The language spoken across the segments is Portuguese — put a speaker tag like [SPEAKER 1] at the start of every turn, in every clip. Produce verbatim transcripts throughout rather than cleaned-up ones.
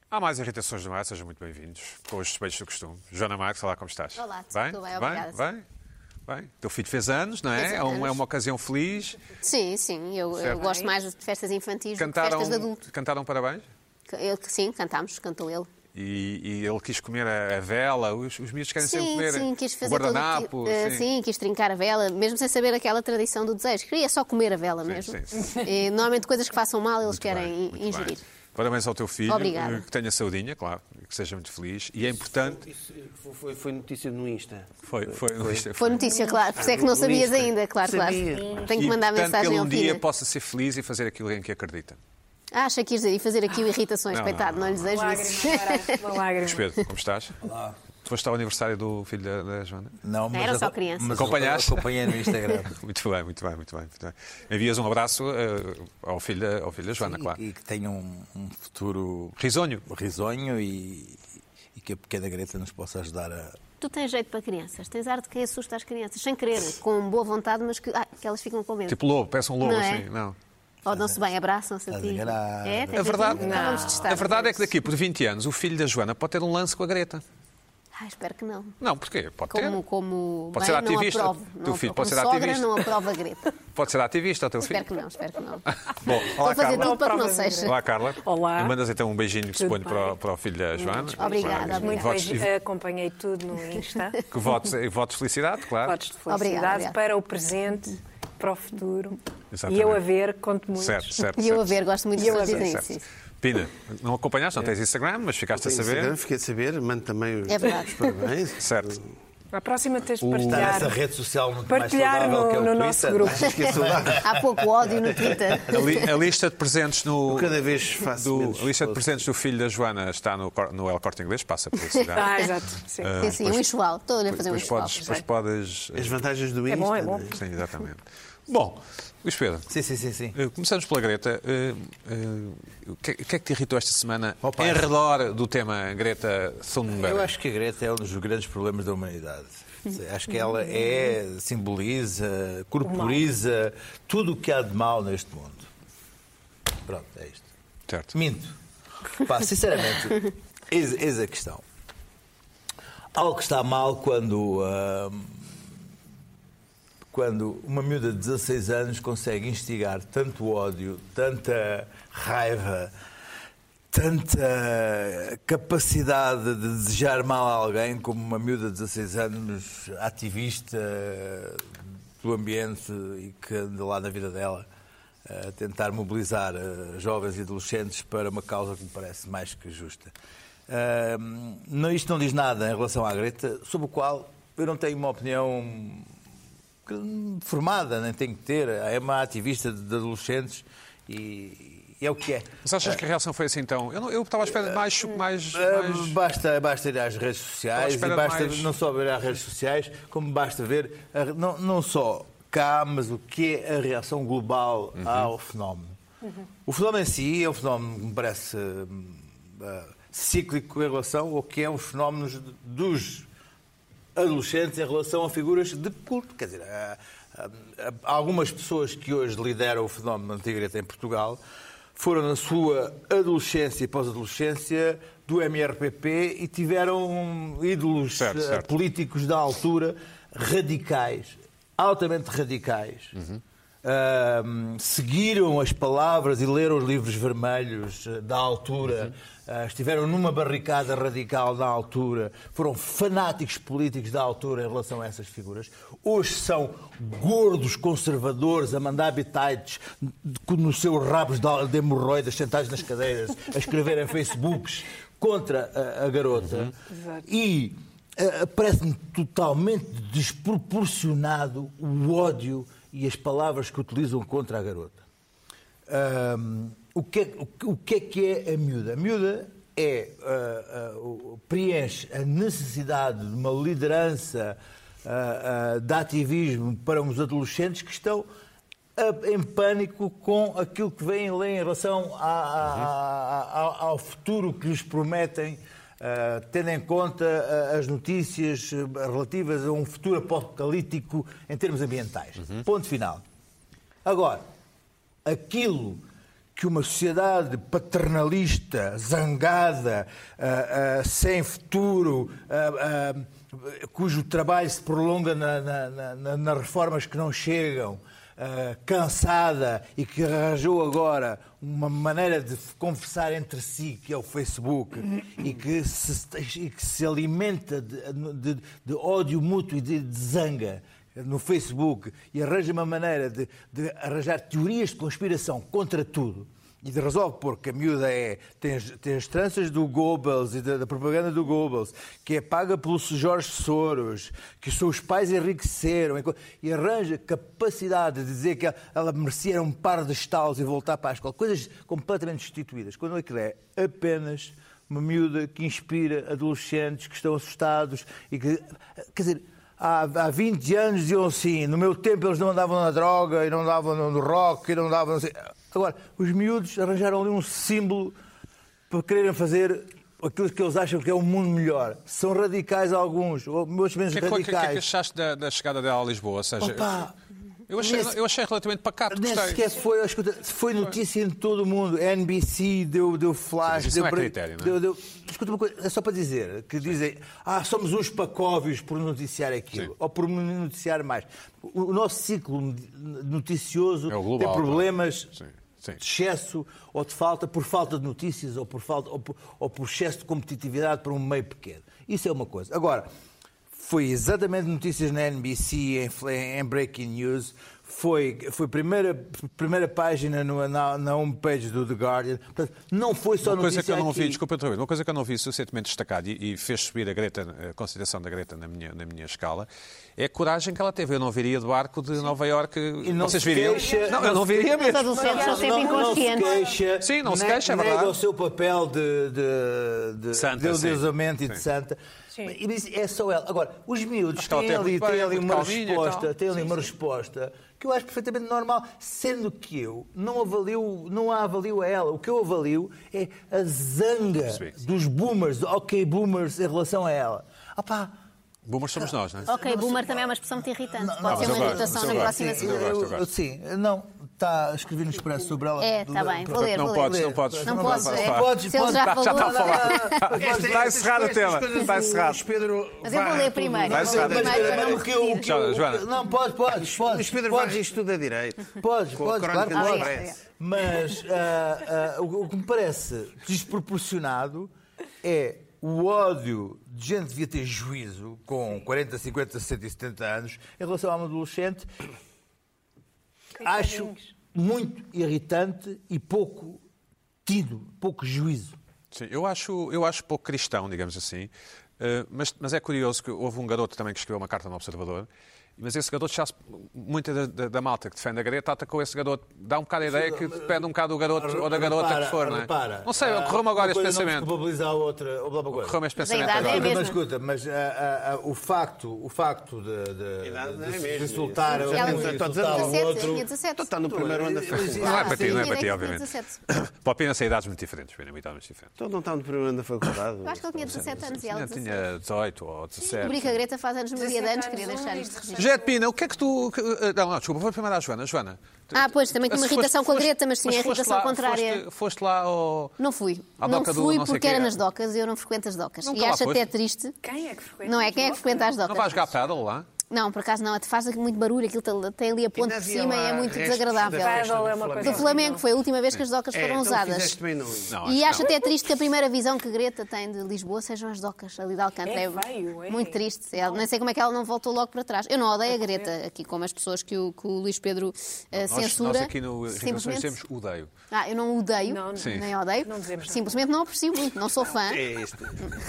[SPEAKER 1] Há mais irritações do mar, sejam muito bem-vindos, com os suspeitos do costume. Joana Marques, olá, como estás?
[SPEAKER 2] Olá,
[SPEAKER 1] bem?
[SPEAKER 2] tudo bem, obrigada.
[SPEAKER 1] Bem, bem, bem. Teu filho fez anos, não é?
[SPEAKER 2] Fez
[SPEAKER 1] É, um,
[SPEAKER 2] anos.
[SPEAKER 1] é uma ocasião feliz.
[SPEAKER 2] Sim, sim, eu, eu gosto mais de festas infantis
[SPEAKER 1] Cantaram,
[SPEAKER 2] do que festas de adulto.
[SPEAKER 1] cantaram parabéns?
[SPEAKER 2] Eu, sim, cantámos, cantou ele.
[SPEAKER 1] E, e ele quis comer a, a vela, os, os miúdos querem
[SPEAKER 2] Sim,
[SPEAKER 1] sempre comer
[SPEAKER 2] sim, quis
[SPEAKER 1] o
[SPEAKER 2] fazer
[SPEAKER 1] guardanapo.
[SPEAKER 2] todo, uh,
[SPEAKER 1] sim.
[SPEAKER 2] sim, quis trincar a vela, mesmo sem saber aquela tradição do desejo. Queria só comer a vela
[SPEAKER 1] Sim,
[SPEAKER 2] mesmo.
[SPEAKER 1] sim, sim.
[SPEAKER 2] E, normalmente coisas que façam mal eles
[SPEAKER 1] Muito
[SPEAKER 2] querem
[SPEAKER 1] bem, muito
[SPEAKER 2] ingerir.
[SPEAKER 1] bem. Parabéns ao teu filho,
[SPEAKER 2] Obrigada.
[SPEAKER 1] que tenha saudinha, claro, que seja muito feliz. E é importante...
[SPEAKER 3] Isso foi, foi notícia no Insta.
[SPEAKER 1] Foi, foi, foi.
[SPEAKER 2] Foi notícia, claro, por isso é que não sabias ainda, claro, claro.
[SPEAKER 3] Sabia.
[SPEAKER 2] Tenho que
[SPEAKER 1] E,
[SPEAKER 2] mandar
[SPEAKER 1] portanto,
[SPEAKER 2] mensagem
[SPEAKER 1] que ele
[SPEAKER 2] ao
[SPEAKER 1] um dia
[SPEAKER 2] filho.
[SPEAKER 1] possa ser feliz e fazer aquilo em que acredita.
[SPEAKER 2] Ah, acha que ias ir fazer aqui irritações,
[SPEAKER 1] Não,
[SPEAKER 2] coitado,
[SPEAKER 1] não,
[SPEAKER 2] não, lhe desejo
[SPEAKER 4] Lágrima,
[SPEAKER 2] isso.
[SPEAKER 4] caralho, uma lágrima.
[SPEAKER 1] Pedro, como estás?
[SPEAKER 5] Olá.
[SPEAKER 1] Tu foste ao aniversário do filho da, da Joana?
[SPEAKER 5] Não, mas
[SPEAKER 2] Era só
[SPEAKER 5] aco-
[SPEAKER 2] criança.
[SPEAKER 5] Mas
[SPEAKER 1] Acompanhaste?
[SPEAKER 5] acompanhei no Instagram.
[SPEAKER 1] Muito bem, muito bem, muito bem. Muito bem. Envias um abraço uh, ao, filho da, ao filho da Joana,
[SPEAKER 5] e,
[SPEAKER 1] claro.
[SPEAKER 5] e que tenha um, um futuro
[SPEAKER 1] Risonho.
[SPEAKER 5] risonho e, e que a pequena Greta nos possa ajudar a...
[SPEAKER 2] Tu tens jeito para crianças, tens ar de quem assusta as crianças, sem querer, com boa vontade, mas que, ah, que elas ficam com medo.
[SPEAKER 1] Tipo lobo, peça um lobo
[SPEAKER 2] Não é?
[SPEAKER 1] assim. Não.
[SPEAKER 2] Ou dão-se bem, abraçam-se a
[SPEAKER 5] Estás
[SPEAKER 2] ti.
[SPEAKER 5] a enganar.
[SPEAKER 2] É, tens
[SPEAKER 1] A verdade,
[SPEAKER 2] jeitinho? Então vamos testar.
[SPEAKER 1] a verdade é que daqui por vinte anos o filho da Joana pode ter um lance com a Greta.
[SPEAKER 2] Ah, espero que não.
[SPEAKER 1] Não, porquê? Pode
[SPEAKER 2] Como,
[SPEAKER 1] ter.
[SPEAKER 2] como
[SPEAKER 1] Pode
[SPEAKER 2] bem,
[SPEAKER 1] ser ativista.
[SPEAKER 2] Não aprovo.
[SPEAKER 1] Teu
[SPEAKER 2] Não
[SPEAKER 1] filho
[SPEAKER 2] aprovo.
[SPEAKER 1] pode ser
[SPEAKER 2] Como sogra,
[SPEAKER 1] ativista.
[SPEAKER 2] não aprovo a Greta.
[SPEAKER 1] Pode ser ativista o teu filho.
[SPEAKER 2] Espero que não, espero que não.
[SPEAKER 1] Bom,
[SPEAKER 2] Estou
[SPEAKER 1] olá,
[SPEAKER 2] a fazer
[SPEAKER 1] Carla.
[SPEAKER 2] tudo para que não
[SPEAKER 4] Não
[SPEAKER 2] seja.
[SPEAKER 1] Olá, Carla.
[SPEAKER 4] Olá.
[SPEAKER 1] Mandas então um beijinho, suponho,
[SPEAKER 4] bem.
[SPEAKER 1] para, o- para o filho da Joana.
[SPEAKER 2] Obrigada,
[SPEAKER 1] Para-
[SPEAKER 4] Muito
[SPEAKER 1] votos,
[SPEAKER 4] bem, acompanhei tudo no Insta.
[SPEAKER 1] que votos, votos de felicidade, claro.
[SPEAKER 4] Votos de felicidade
[SPEAKER 2] Obrigada, obrigada.
[SPEAKER 4] para o presente, para o futuro.
[SPEAKER 1] Exatamente.
[SPEAKER 4] E eu a ver, conto muito.
[SPEAKER 1] Certo, certo.
[SPEAKER 2] E eu a
[SPEAKER 1] certo.
[SPEAKER 2] ver, gosto muito
[SPEAKER 4] E
[SPEAKER 2] de
[SPEAKER 4] eu a
[SPEAKER 2] pessoas
[SPEAKER 4] ver,
[SPEAKER 2] dizem
[SPEAKER 1] Certo.
[SPEAKER 2] isso.
[SPEAKER 1] Pina, não acompanhaste, não tens Instagram, mas ficaste a
[SPEAKER 3] Tenho
[SPEAKER 1] saber.
[SPEAKER 3] Instagram, fiquei a saber, mando também os,
[SPEAKER 2] É verdade.
[SPEAKER 3] os parabéns.
[SPEAKER 1] Certo.
[SPEAKER 4] A próxima tens de
[SPEAKER 5] Está
[SPEAKER 4] partilhar.
[SPEAKER 5] nessa rede social muito mais
[SPEAKER 4] Partilhar
[SPEAKER 5] saudável
[SPEAKER 4] no-
[SPEAKER 5] que é o
[SPEAKER 4] no
[SPEAKER 5] Twitter.
[SPEAKER 4] nosso grupo.
[SPEAKER 3] Achas que é saudável?
[SPEAKER 2] Há pouco ódio no Twitter.
[SPEAKER 1] A, li- a lista de presentes no.
[SPEAKER 3] Cada vez faço
[SPEAKER 1] do-
[SPEAKER 3] menos
[SPEAKER 1] a lista de
[SPEAKER 3] posts.
[SPEAKER 1] presentes do filho da Joana está no, cor- no El Corte Inglês, passa por cidade.
[SPEAKER 4] Ah, exato. Sim.
[SPEAKER 2] Sim, sim, um enxoval. Estou a fazer um
[SPEAKER 1] Depois
[SPEAKER 2] enxoval.
[SPEAKER 1] podes, depois podes.
[SPEAKER 3] As vantagens do
[SPEAKER 4] É
[SPEAKER 3] Insta.
[SPEAKER 4] bom, é bom.
[SPEAKER 3] não
[SPEAKER 1] Sim, exatamente. Bom, Luís Pedro,
[SPEAKER 5] Sim, sim, sim, sim.
[SPEAKER 1] eh, começamos pela Greta. Eh, eh, O que, o que é que te irritou esta semana
[SPEAKER 5] Opa.
[SPEAKER 1] em redor do tema Greta Thunberg?
[SPEAKER 5] Eu acho que a Greta é um dos grandes problemas da humanidade. Acho que ela é, simboliza, corporiza tudo o que há de mal neste mundo. Pronto, é isto.
[SPEAKER 1] Certo.
[SPEAKER 5] Minto. Pá, sinceramente, eis, eis a questão. Algo que está mal quando, ah, quando uma miúda de dezasseis anos consegue instigar tanto ódio, tanta raiva, tanta capacidade de desejar mal a alguém como uma miúda de dezasseis anos, ativista do ambiente e que anda lá na vida dela a tentar mobilizar uh, jovens e adolescentes para uma causa que me parece mais que justa. Uh, não, isto não diz nada em relação à Greta, sobre o qual eu não tenho uma opinião formada, nem tenho que ter. É uma ativista de adolescentes e, e é o que é.
[SPEAKER 1] Mas achas que a reação foi assim então? Eu, não- eu estava à espera de mais. mais,
[SPEAKER 5] Uh,
[SPEAKER 1] mais...
[SPEAKER 5] Basta, basta ir às redes sociais
[SPEAKER 1] Estava à
[SPEAKER 5] e
[SPEAKER 1] espera
[SPEAKER 5] basta
[SPEAKER 1] de mais-
[SPEAKER 5] não só ver às redes sociais, como basta ver, a- não, não só cá, mas o que é a reação global
[SPEAKER 1] Uhum.
[SPEAKER 5] ao fenómeno. O fenómeno em si é um fenómeno que me parece hum, uh, cíclico em relação ao que é os fenómenos de- dos adolescentes em relação a figuras de culto. Quer dizer, há, há- há algumas pessoas que hoje lideram o fenómeno antigreta em Portugal foram na sua adolescência e pós-adolescência do M R P P e tiveram ídolos
[SPEAKER 1] Certo,
[SPEAKER 5] eh,
[SPEAKER 1] certo.
[SPEAKER 5] políticos da altura radicais, altamente radicais. Ahm, seguiram as palavras e leram os livros vermelhos eh, da altura, Ah, estiveram numa barricada radical da altura, foram fanáticos políticos da altura em relação a essas figuras. Hoje são gordos conservadores a mandar bitites nos seus rabos de de hemorroidas sentados nas cadeiras, a escreverem Facebooks contra a, a garota.
[SPEAKER 4] Exato.
[SPEAKER 5] E Uh, parece-me totalmente desproporcionado o ódio e as palavras que utilizam contra a garota. Um, o, que é, o, o que é que é a miúda? A miúda é, uh, uh, preenche a necessidade de uma liderança uh, uh, de ativismo para uns adolescentes que estão uh, em pânico com aquilo que vêm ler em relação a, a, a, a, ao futuro que lhes prometem. Uh, tendo em conta uh, as notícias uh, relativas a um futuro apocalíptico em termos ambientais. Uhum. Ponto final. Agora, aquilo que uma sociedade paternalista, zangada, uh, uh, sem futuro, uh, uh, cujo trabalho se prolonga na, na, na, nas reformas que não chegam, uh, cansada e que arranjou agora uma maneira de conversar entre si, que é o Facebook, e que se, e que se alimenta de, de, de ódio mútuo e de, de zanga no Facebook, e arranja uma maneira de, de arranjar teorias de conspiração contra tudo, e de resolve pôr que a miúda é, tem, as, tem as tranças do Goebbels e da, da propaganda do Goebbels, que é paga pelo Jorge Soros, que os seus pais enriqueceram, e arranja capacidade de dizer que ela, ela merecia um par de estalos e voltar para a escola. Coisas completamente destituídas. Quando aquilo é apenas uma miúda que inspira adolescentes que estão assustados e que... Quer dizer... Há, há vinte anos diziam assim, no meu tempo eles não andavam na droga, e não andavam no rock, e não andavam... Assim. Agora, os miúdos arranjaram ali um símbolo para quererem fazer aquilo que eles acham que é um mundo melhor. São radicais alguns, ou menos menos
[SPEAKER 1] que,
[SPEAKER 5] radicais.
[SPEAKER 1] O que é que achaste da, da chegada dela a Lisboa? Ou seja,
[SPEAKER 5] Opa,
[SPEAKER 1] eu, achei,
[SPEAKER 5] nesse,
[SPEAKER 1] eu achei relativamente pacato,
[SPEAKER 5] nem
[SPEAKER 1] gostei.
[SPEAKER 5] sequer foi, escuta, foi notícia em todo o mundo. N B C deu, deu flash...
[SPEAKER 1] Sim, isso
[SPEAKER 5] deu,
[SPEAKER 1] não é critério, não é?
[SPEAKER 5] Deu, deu, escuta uma coisa, é só para dizer, que dizem, ah, somos uns pacóvios por noticiar aquilo,
[SPEAKER 1] Sim.
[SPEAKER 5] ou por noticiar mais. O, o nosso ciclo noticioso
[SPEAKER 1] É o global,
[SPEAKER 5] tem problemas...
[SPEAKER 1] Sim. Sim.
[SPEAKER 5] de excesso ou de falta, por falta de notícias ou por, falta, ou por, ou por excesso de competitividade para um meio pequeno. Isso é uma coisa. Agora, foi exatamente notícias na N B C, em, em Breaking News, foi, foi a primeira, primeira página no, na, na homepage do The Guardian. Portanto, não foi só
[SPEAKER 1] uma coisa
[SPEAKER 5] notícia
[SPEAKER 1] que eu não
[SPEAKER 5] aqui.
[SPEAKER 1] vi, desculpa outra vez, uma coisa que eu não vi suficientemente destacada e, e fez subir a, Greta, a consideração da Greta na minha, na minha escala, é a coragem que ela teve. Eu não viria de barco de Nova Iorque.
[SPEAKER 5] E não
[SPEAKER 1] Vocês
[SPEAKER 5] se
[SPEAKER 1] viriam?
[SPEAKER 5] queixa-
[SPEAKER 1] não, eu não viria
[SPEAKER 2] Os
[SPEAKER 1] mesmo.
[SPEAKER 2] adolescentes são sempre
[SPEAKER 5] Não, não se
[SPEAKER 2] inconscientes.
[SPEAKER 5] queixa,
[SPEAKER 1] Sim, não se
[SPEAKER 5] ne-
[SPEAKER 1] queixa, é
[SPEAKER 5] nega
[SPEAKER 1] verdade.
[SPEAKER 5] o seu papel de, de, de,
[SPEAKER 1] Santa,
[SPEAKER 5] de
[SPEAKER 1] sim.
[SPEAKER 5] endeusamento e de
[SPEAKER 1] Sim.
[SPEAKER 5] santa.
[SPEAKER 4] Sim.
[SPEAKER 5] E diz, é só ela. Agora, os miúdos
[SPEAKER 1] Acho que ela
[SPEAKER 5] têm
[SPEAKER 1] teve
[SPEAKER 5] ali,
[SPEAKER 1] muito bem,
[SPEAKER 5] têm ali
[SPEAKER 1] muito
[SPEAKER 5] uma
[SPEAKER 1] calminha e
[SPEAKER 5] resposta,
[SPEAKER 1] tal.
[SPEAKER 5] têm ali
[SPEAKER 1] Sim,
[SPEAKER 5] uma
[SPEAKER 1] sim.
[SPEAKER 5] resposta que eu acho perfeitamente normal, sendo que eu não avalio, não a avalio a ela. O que eu avalio é a zanga
[SPEAKER 1] Percebi.
[SPEAKER 5] dos boomers, ok boomers, em relação a ela. Ah pá,
[SPEAKER 1] Boomers somos nós, não é?
[SPEAKER 2] Ok, boomer também é uma expressão muito irritante.
[SPEAKER 5] Não,
[SPEAKER 2] Pode
[SPEAKER 5] não,
[SPEAKER 2] ser
[SPEAKER 1] mas
[SPEAKER 2] uma
[SPEAKER 1] eu
[SPEAKER 2] irritação
[SPEAKER 1] gosto,
[SPEAKER 2] na
[SPEAKER 1] eu
[SPEAKER 2] próxima
[SPEAKER 1] gosto.
[SPEAKER 5] sim,
[SPEAKER 2] semana.
[SPEAKER 1] eu gosto, eu
[SPEAKER 5] eu-
[SPEAKER 1] gosto.
[SPEAKER 5] sim, não, está a escrever no Expresso sobre ela.
[SPEAKER 2] É, está bem, vou ler,
[SPEAKER 1] Não
[SPEAKER 2] vou
[SPEAKER 1] podes,
[SPEAKER 2] ler.
[SPEAKER 1] não podes.
[SPEAKER 2] Não
[SPEAKER 1] Não
[SPEAKER 2] posso,
[SPEAKER 1] podes
[SPEAKER 2] é.
[SPEAKER 1] falar.
[SPEAKER 5] Podes,
[SPEAKER 2] Se ele
[SPEAKER 5] podes.
[SPEAKER 2] já
[SPEAKER 1] Já
[SPEAKER 2] falou...
[SPEAKER 1] está a falar.
[SPEAKER 3] Esta-
[SPEAKER 1] Está
[SPEAKER 3] estas
[SPEAKER 1] encerrado o
[SPEAKER 3] coisas-
[SPEAKER 1] tema.
[SPEAKER 3] estas coisas
[SPEAKER 1] Está
[SPEAKER 3] o
[SPEAKER 1] encerrado.
[SPEAKER 3] Luís Pedro
[SPEAKER 2] Mas eu vou
[SPEAKER 3] varre
[SPEAKER 2] ler
[SPEAKER 3] tudo.
[SPEAKER 2] primeiro.
[SPEAKER 1] Vai
[SPEAKER 2] Vou
[SPEAKER 1] ser.
[SPEAKER 2] ler primeiro para não me
[SPEAKER 5] o que eu- o que
[SPEAKER 2] repetir.
[SPEAKER 5] eu-
[SPEAKER 1] Joana.
[SPEAKER 5] Não, pode, podes,
[SPEAKER 3] O Luís
[SPEAKER 5] podes.
[SPEAKER 3] Pedro
[SPEAKER 5] podes.
[SPEAKER 3] varre isto tudo a direito.
[SPEAKER 5] Podes,
[SPEAKER 3] Com a
[SPEAKER 5] podes,
[SPEAKER 3] crónica
[SPEAKER 5] claro que
[SPEAKER 3] do
[SPEAKER 5] podes.
[SPEAKER 3] Expresso.
[SPEAKER 5] Mas ah, ah, o, o que me parece desproporcionado é o ódio de gente que devia ter juízo com quarenta, cinquenta, sessenta e setenta anos em relação a um adolescente. Acho muito irritante e pouco tido, pouco juízo.
[SPEAKER 1] Sim, eu acho, eu acho pouco cristão, digamos assim. Uh, mas, mas é curioso que houve um garoto também que escreveu uma carta no Observador, mas esse garoto já se, muita da, da, da malta que defende a Greta atacou esse garoto, dá um bocado a ideia que depende um bocado do garoto ou da garota
[SPEAKER 5] Repara,
[SPEAKER 1] que for, não é?
[SPEAKER 5] repara,
[SPEAKER 1] Não sei,
[SPEAKER 5] ah,
[SPEAKER 1] ocorreu-me agora
[SPEAKER 5] uma
[SPEAKER 1] este
[SPEAKER 5] coisa não
[SPEAKER 1] pensamento.
[SPEAKER 5] desculpabiliza a outra, ou blá, blá, blá.
[SPEAKER 1] Ocorreu-me este
[SPEAKER 2] Mas a
[SPEAKER 1] pensamento
[SPEAKER 2] idade é a
[SPEAKER 1] agora.
[SPEAKER 2] mesma.
[SPEAKER 5] Mas escuta, mas ah, ah, ah, o facto, o facto de, de,
[SPEAKER 3] idade não é
[SPEAKER 5] de, de
[SPEAKER 3] mesmo.
[SPEAKER 5] insultar,
[SPEAKER 3] Ela
[SPEAKER 5] de
[SPEAKER 2] tinha
[SPEAKER 5] insultar o
[SPEAKER 2] dezassete,
[SPEAKER 5] outro.
[SPEAKER 2] tinha dezassete.
[SPEAKER 3] Tu está no primeiro ano da faculdade.
[SPEAKER 1] Não é para ti, não é para ti,
[SPEAKER 2] Tinha
[SPEAKER 1] obviamente.
[SPEAKER 2] dezassete.
[SPEAKER 1] Para o Pina são idades muito diferentes, Pina, idades muito diferentes.
[SPEAKER 3] Então não está no primeiro ano da faculdade.
[SPEAKER 2] Eu acho que ele tinha dezassete anos e ela
[SPEAKER 1] Tinha,
[SPEAKER 2] dezassete.
[SPEAKER 1] tinha dezoito ou dezassete.
[SPEAKER 2] Descobri que a Greta faz anos no dia de
[SPEAKER 4] dezassete
[SPEAKER 2] antes, queria
[SPEAKER 4] anos,
[SPEAKER 2] deixar
[SPEAKER 4] um
[SPEAKER 2] isto
[SPEAKER 4] e
[SPEAKER 2] registrado.
[SPEAKER 1] José de Pina, o que é que tu... que- Não, não, desculpa, vou primeiro à Joana. Joana.
[SPEAKER 2] Ah, pois, também tinha uma
[SPEAKER 1] Foste-
[SPEAKER 2] irritação com a
[SPEAKER 1] foste-
[SPEAKER 2] Greta, mas tinha a
[SPEAKER 1] foste
[SPEAKER 2] irritação
[SPEAKER 1] lá-
[SPEAKER 2] contrária.
[SPEAKER 1] Foste, foste lá ao...
[SPEAKER 2] Não fui.
[SPEAKER 1] À
[SPEAKER 2] Não
[SPEAKER 1] doca do
[SPEAKER 2] fui
[SPEAKER 1] não sei
[SPEAKER 2] porque
[SPEAKER 1] quê.
[SPEAKER 2] era nas docas e eu não frequento as docas.
[SPEAKER 1] Nunca
[SPEAKER 2] E
[SPEAKER 1] lá
[SPEAKER 2] acho até
[SPEAKER 1] foste?
[SPEAKER 2] triste.
[SPEAKER 4] Quem é que frequenta?
[SPEAKER 2] Não é? Quem é que frequenta as docas?
[SPEAKER 1] Não vais jogar paddle lá?
[SPEAKER 2] Não, por acaso não. Faz muito barulho, aquilo tem ali a ponte
[SPEAKER 3] Ainda
[SPEAKER 2] por
[SPEAKER 3] havia
[SPEAKER 2] cima e
[SPEAKER 3] lá
[SPEAKER 2] é muito
[SPEAKER 3] restos
[SPEAKER 2] desagradável.
[SPEAKER 3] da festa
[SPEAKER 4] Paddle é
[SPEAKER 3] do
[SPEAKER 4] uma coisa
[SPEAKER 2] Do
[SPEAKER 3] Flamengo.
[SPEAKER 2] Flamengo foi a última vez que as docas
[SPEAKER 3] É,
[SPEAKER 2] foram
[SPEAKER 3] então
[SPEAKER 2] usadas.
[SPEAKER 3] fizeste bem não.
[SPEAKER 1] Não,
[SPEAKER 2] E
[SPEAKER 1] acho
[SPEAKER 2] acho até triste que a primeira visão que Greta tem de Lisboa sejam as docas ali de Alcântara.
[SPEAKER 4] É feio, é.
[SPEAKER 2] Muito triste. Ela- nem sei como é que ela não voltou logo para trás. Eu não odeio a Greta, aqui como as pessoas que o, que o Luís Pedro eh,
[SPEAKER 1] Nós,
[SPEAKER 2] censura.
[SPEAKER 1] nós aqui no Irritações
[SPEAKER 2] simplesmente...
[SPEAKER 1] dizemos odeio.
[SPEAKER 2] Ah, eu não odeio,
[SPEAKER 4] Não, não.
[SPEAKER 1] Sim.
[SPEAKER 2] nem odeio.
[SPEAKER 4] Não dizemos nada.
[SPEAKER 2] Simplesmente não aprecio muito, não sou fã.
[SPEAKER 3] É isto.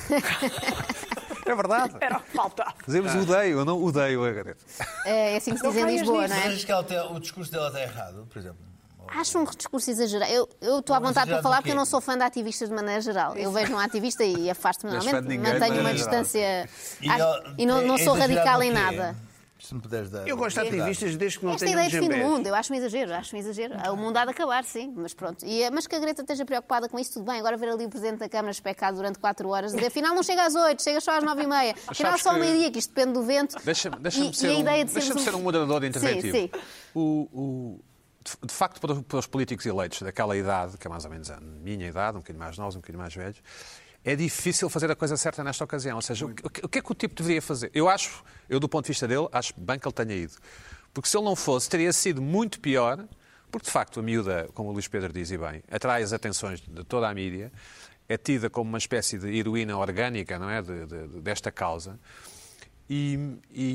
[SPEAKER 1] É verdade.
[SPEAKER 4] Era o que faltava.
[SPEAKER 1] Dizemos odeio, eu não odeio a Greta.
[SPEAKER 2] É assim que se
[SPEAKER 4] Não
[SPEAKER 2] diz em
[SPEAKER 4] caias
[SPEAKER 2] Lisboa,
[SPEAKER 4] nisso.
[SPEAKER 2] não é?
[SPEAKER 5] Achas que ela tem- o discurso dela está errado, por exemplo?
[SPEAKER 2] Acho um discurso exagerado. Eu eu estou à
[SPEAKER 5] Mas
[SPEAKER 2] vontade para
[SPEAKER 5] exagerado
[SPEAKER 2] falar
[SPEAKER 5] do
[SPEAKER 2] porque eu
[SPEAKER 5] quê?
[SPEAKER 2] não sou fã de ativistas de maneira geral. Eu vejo um ativista e afasto-me
[SPEAKER 1] Não és fã de
[SPEAKER 2] normalmente,
[SPEAKER 1] ninguém de
[SPEAKER 2] mantenho uma
[SPEAKER 1] maneira geral.
[SPEAKER 2] distância
[SPEAKER 5] E,
[SPEAKER 2] Acho-
[SPEAKER 5] ela-
[SPEAKER 2] e não, não
[SPEAKER 5] é
[SPEAKER 2] sou
[SPEAKER 5] exagerado
[SPEAKER 2] radical
[SPEAKER 5] no
[SPEAKER 2] em
[SPEAKER 5] quê?
[SPEAKER 2] nada.
[SPEAKER 5] Se me puderes dar.
[SPEAKER 3] Eu gosto de ativistas desde que não
[SPEAKER 2] Esta
[SPEAKER 3] tenham
[SPEAKER 2] ideia de fim do
[SPEAKER 3] jambés.
[SPEAKER 2] mundo, eu acho um exagero, acho um exagero. O mundo há de acabar, sim, mas pronto. E, mas que a Greta esteja preocupada com isso, tudo bem. Agora ver ali o Presidente da Câmara especar durante quatro horas, dizer afinal não chega às oito, chega só às nove e meia. Afinal
[SPEAKER 1] sabes
[SPEAKER 2] só ao
[SPEAKER 1] que-
[SPEAKER 2] meio-dia, que isto depende do vento.
[SPEAKER 1] Deixa-me
[SPEAKER 2] E-
[SPEAKER 1] deixa
[SPEAKER 2] e
[SPEAKER 1] ser,
[SPEAKER 2] a
[SPEAKER 1] um,
[SPEAKER 2] ideia de
[SPEAKER 1] deixa-me
[SPEAKER 2] sermos
[SPEAKER 1] ser um moderador interventivo.
[SPEAKER 2] Sim, sim.
[SPEAKER 1] O, o, de, de facto, para, para os políticos eleitos daquela idade, que é mais ou menos a minha idade, um bocadinho mais novos, um bocadinho mais velhos, é difícil fazer a coisa certa nesta ocasião. Ou seja, o, o, que, o que é que o tipo deveria fazer? Eu acho, eu do ponto de vista dele, acho bem que ele tenha ido. Porque se ele não fosse, teria sido muito pior, porque de facto a miúda, como o Luís Pedro diz e bem, atrai as atenções de toda a mídia, é tida como uma espécie de heroína orgânica, não é, de, de, de, desta causa. E,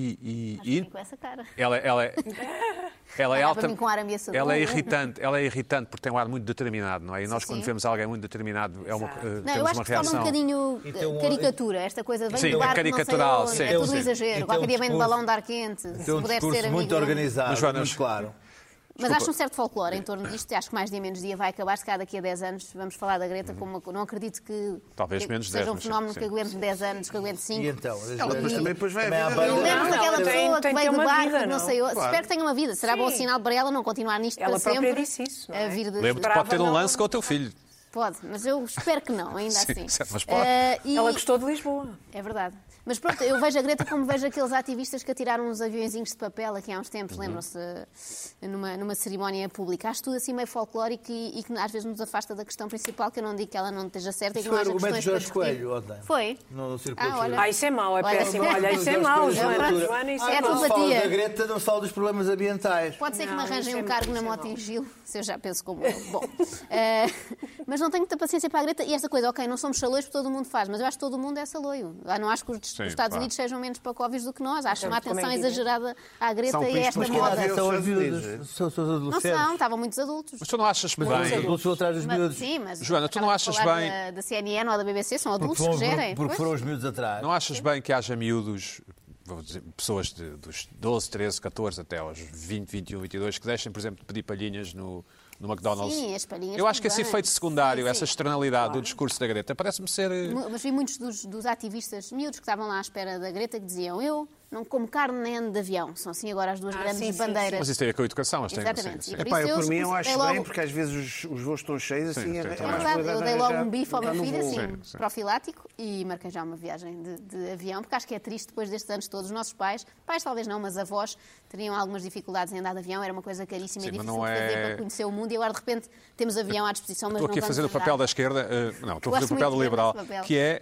[SPEAKER 1] e, e,
[SPEAKER 2] e com essa cara.
[SPEAKER 1] Ela, ela, ela é alta,
[SPEAKER 2] com ar ameaçador.
[SPEAKER 1] ela é irritante, ela é irritante porque tem um ar muito determinado, não é? E nós
[SPEAKER 2] sim,
[SPEAKER 1] quando
[SPEAKER 2] sim.
[SPEAKER 1] vemos alguém muito determinado, é uma, uh,
[SPEAKER 2] Não,
[SPEAKER 1] temos
[SPEAKER 2] eu acho
[SPEAKER 1] uma
[SPEAKER 2] que torna
[SPEAKER 1] reação.
[SPEAKER 2] um bocadinho
[SPEAKER 5] Então,
[SPEAKER 2] caricatura, esta coisa vem
[SPEAKER 1] sim,
[SPEAKER 2] do
[SPEAKER 1] é
[SPEAKER 2] barco,
[SPEAKER 1] caricatural,
[SPEAKER 2] não sei onde,
[SPEAKER 1] sim,
[SPEAKER 2] é tudo
[SPEAKER 1] sim.
[SPEAKER 2] exagero.
[SPEAKER 5] Então,
[SPEAKER 2] Qualquer dia vem de
[SPEAKER 5] discurso-
[SPEAKER 2] balão de ar quente, se
[SPEAKER 5] Tem um
[SPEAKER 2] puder
[SPEAKER 5] discurso
[SPEAKER 2] ser amigo
[SPEAKER 5] muito
[SPEAKER 2] dele.
[SPEAKER 5] organizado,
[SPEAKER 1] Mas, Joana,
[SPEAKER 5] muito claro.
[SPEAKER 2] Mas acho um certo folclore em torno disto. Acho que mais dia menos dia vai acabar. Se calhar daqui a dez anos vamos falar da Greta como uma... Não acredito que,
[SPEAKER 1] Talvez
[SPEAKER 2] que
[SPEAKER 1] menos
[SPEAKER 2] seja
[SPEAKER 1] dez,
[SPEAKER 2] um
[SPEAKER 1] mas
[SPEAKER 2] fenómeno
[SPEAKER 1] sim.
[SPEAKER 2] que aguente dez anos, que aguente cinco.
[SPEAKER 5] E então?
[SPEAKER 3] Ela depois também depois vai
[SPEAKER 5] Também há
[SPEAKER 3] haver.
[SPEAKER 2] Eu
[SPEAKER 5] banda-
[SPEAKER 2] lembro
[SPEAKER 4] Não,
[SPEAKER 2] daquela
[SPEAKER 4] ela tem-
[SPEAKER 2] pessoa
[SPEAKER 4] tem
[SPEAKER 2] que
[SPEAKER 4] que
[SPEAKER 2] veio
[SPEAKER 4] ter
[SPEAKER 2] de
[SPEAKER 4] uma
[SPEAKER 2] barco,
[SPEAKER 4] vida,
[SPEAKER 2] não
[SPEAKER 4] não?
[SPEAKER 2] sei eu.
[SPEAKER 3] Claro.
[SPEAKER 2] Espero que tenha uma vida. Será
[SPEAKER 4] Sim.
[SPEAKER 2] bom sinal para ela não continuar nisto
[SPEAKER 4] Ela
[SPEAKER 2] para
[SPEAKER 4] própria
[SPEAKER 2] sempre.
[SPEAKER 4] disse isso, não
[SPEAKER 2] A
[SPEAKER 4] é?
[SPEAKER 2] vir de...
[SPEAKER 1] Lembro-te, pode ter um
[SPEAKER 4] não-
[SPEAKER 1] lance com o teu filho.
[SPEAKER 2] Pode, mas eu espero que não, ainda
[SPEAKER 1] Sim,
[SPEAKER 2] assim.
[SPEAKER 1] certo, mas pode.
[SPEAKER 2] Eh, e-
[SPEAKER 4] Ela gostou de Lisboa.
[SPEAKER 2] É verdade. Mas pronto, eu vejo a Greta como vejo aqueles ativistas que atiraram uns aviõezinhos de papel aqui há uns tempos, lembram-se, numa, numa cerimónia pública. Acho tudo assim meio folclórico e, e que às vezes nos afasta da questão principal, que eu não digo que ela não esteja certa e que
[SPEAKER 5] Isso
[SPEAKER 2] não
[SPEAKER 5] foi
[SPEAKER 2] haja
[SPEAKER 5] o argumento de
[SPEAKER 2] questões
[SPEAKER 5] Jorge
[SPEAKER 2] para discutir.
[SPEAKER 5] Coelho ontem.
[SPEAKER 2] Foi?
[SPEAKER 5] No Círculo
[SPEAKER 2] Ah,
[SPEAKER 5] de
[SPEAKER 2] olha.
[SPEAKER 5] Justiça.
[SPEAKER 4] Ah, isso é mau, é
[SPEAKER 2] Olha,
[SPEAKER 4] péssimo.
[SPEAKER 2] sim.
[SPEAKER 4] Olha, isso é mau, Joana.
[SPEAKER 5] Altura.
[SPEAKER 4] Joana, isso
[SPEAKER 2] É
[SPEAKER 4] é
[SPEAKER 2] a
[SPEAKER 5] Não
[SPEAKER 4] mau.
[SPEAKER 5] se fala
[SPEAKER 2] telepatia.
[SPEAKER 5] da Greta, não se fala dos problemas ambientais.
[SPEAKER 2] Pode ser que
[SPEAKER 4] Não,
[SPEAKER 2] me arranjem
[SPEAKER 4] isso é
[SPEAKER 2] um cargo
[SPEAKER 4] muito-
[SPEAKER 2] na
[SPEAKER 4] isso é
[SPEAKER 2] moto
[SPEAKER 4] mau.
[SPEAKER 2] em Gil, se eu já penso como eu. Bom, eh, mas não tenho muita paciência para a Greta. E esta coisa, ok, não somos salões porque todo mundo faz, mas eu acho que todo mundo é saloio. Ah, não acho que os, os Estados
[SPEAKER 1] claro.
[SPEAKER 2] Unidos sejam menos pacóvios do que nós. Acho uma
[SPEAKER 4] Então, como é
[SPEAKER 2] atenção
[SPEAKER 4] que é?
[SPEAKER 2] exagerada à Greta
[SPEAKER 3] São
[SPEAKER 2] e a
[SPEAKER 3] países
[SPEAKER 2] esta
[SPEAKER 3] mas que
[SPEAKER 2] moda.
[SPEAKER 3] lá vê-
[SPEAKER 5] São os
[SPEAKER 3] Estados Unidos,
[SPEAKER 5] miúdos, são, são os
[SPEAKER 2] Não
[SPEAKER 5] adolescentes.
[SPEAKER 2] são, estavam muitos adultos.
[SPEAKER 1] Mas tu não achas
[SPEAKER 5] Mas
[SPEAKER 1] bem...
[SPEAKER 5] os adultos vão atrás dos
[SPEAKER 2] Mas-
[SPEAKER 5] miúdos.
[SPEAKER 2] sim, mas
[SPEAKER 1] Joana, tu não
[SPEAKER 2] estava a
[SPEAKER 1] achas
[SPEAKER 2] falar
[SPEAKER 1] bem-
[SPEAKER 2] Da, da C N N ou da B B C, são
[SPEAKER 5] Porque,
[SPEAKER 2] adultos
[SPEAKER 5] foram,
[SPEAKER 2] que gerem.
[SPEAKER 5] porque
[SPEAKER 2] Pois.
[SPEAKER 5] foram os miúdos atrás.
[SPEAKER 1] Não achas bem que haja miúdos, vou dizer, pessoas de, dos doze, treze, catorze até aos vinte, vinte e um, vinte e dois, que deixem, por exemplo, de pedir palhinhas no, no McDonald's?
[SPEAKER 2] Sim, as palhinhas
[SPEAKER 1] Eu acho que esse
[SPEAKER 2] tudo bem.
[SPEAKER 1] efeito secundário,
[SPEAKER 2] Sim,
[SPEAKER 1] essa
[SPEAKER 2] sim.
[SPEAKER 1] externalidade do discurso da Greta, parece-me ser... eh,
[SPEAKER 2] Mu- Mas vi muitos dos, dos ativistas miúdos que estavam lá à espera da Greta que diziam: eu não como carne nem ando de avião. São assim agora as duas
[SPEAKER 4] Ah,
[SPEAKER 2] grandes
[SPEAKER 4] sim, sim,
[SPEAKER 2] bandeiras.
[SPEAKER 1] Mas isso tem a ver com a educação. Eles têm,
[SPEAKER 2] Exatamente.
[SPEAKER 1] sim, sim.
[SPEAKER 2] E por
[SPEAKER 3] Epá,
[SPEAKER 2] isso
[SPEAKER 3] eu, por mim eu
[SPEAKER 2] dei
[SPEAKER 3] acho
[SPEAKER 2] logo-
[SPEAKER 3] bem, porque às vezes os, os voos estão cheios,
[SPEAKER 1] Sim,
[SPEAKER 3] assim
[SPEAKER 1] sim,
[SPEAKER 3] é,
[SPEAKER 1] sim.
[SPEAKER 3] é
[SPEAKER 2] É
[SPEAKER 3] mais
[SPEAKER 2] verdade, eu
[SPEAKER 3] probabilidade
[SPEAKER 2] dei
[SPEAKER 3] de
[SPEAKER 2] logo
[SPEAKER 3] arranjar-
[SPEAKER 2] um bife ao meu
[SPEAKER 3] entrar no
[SPEAKER 2] filho,
[SPEAKER 3] voo.
[SPEAKER 2] assim,
[SPEAKER 1] Sim, sim.
[SPEAKER 2] profilático, e marquei já uma viagem de, de avião, porque acho que é triste depois destes anos todos. Os nossos pais, pais talvez não, mas avós, teriam algumas dificuldades em andar de avião, era uma coisa caríssima
[SPEAKER 1] Sim,
[SPEAKER 2] e
[SPEAKER 1] mas
[SPEAKER 2] difícil
[SPEAKER 1] não
[SPEAKER 2] de fazer
[SPEAKER 1] é-
[SPEAKER 2] para conhecer o mundo, e agora de repente temos avião à disposição, mas
[SPEAKER 1] Estou
[SPEAKER 2] não
[SPEAKER 1] aqui a
[SPEAKER 2] vamos
[SPEAKER 1] fazer o
[SPEAKER 2] andar.
[SPEAKER 1] papel da esquerda. eh, não, estou a fazer
[SPEAKER 2] Gosto
[SPEAKER 1] o papel do
[SPEAKER 2] muito de
[SPEAKER 1] liberal,
[SPEAKER 2] ver esse papel.
[SPEAKER 1] que é...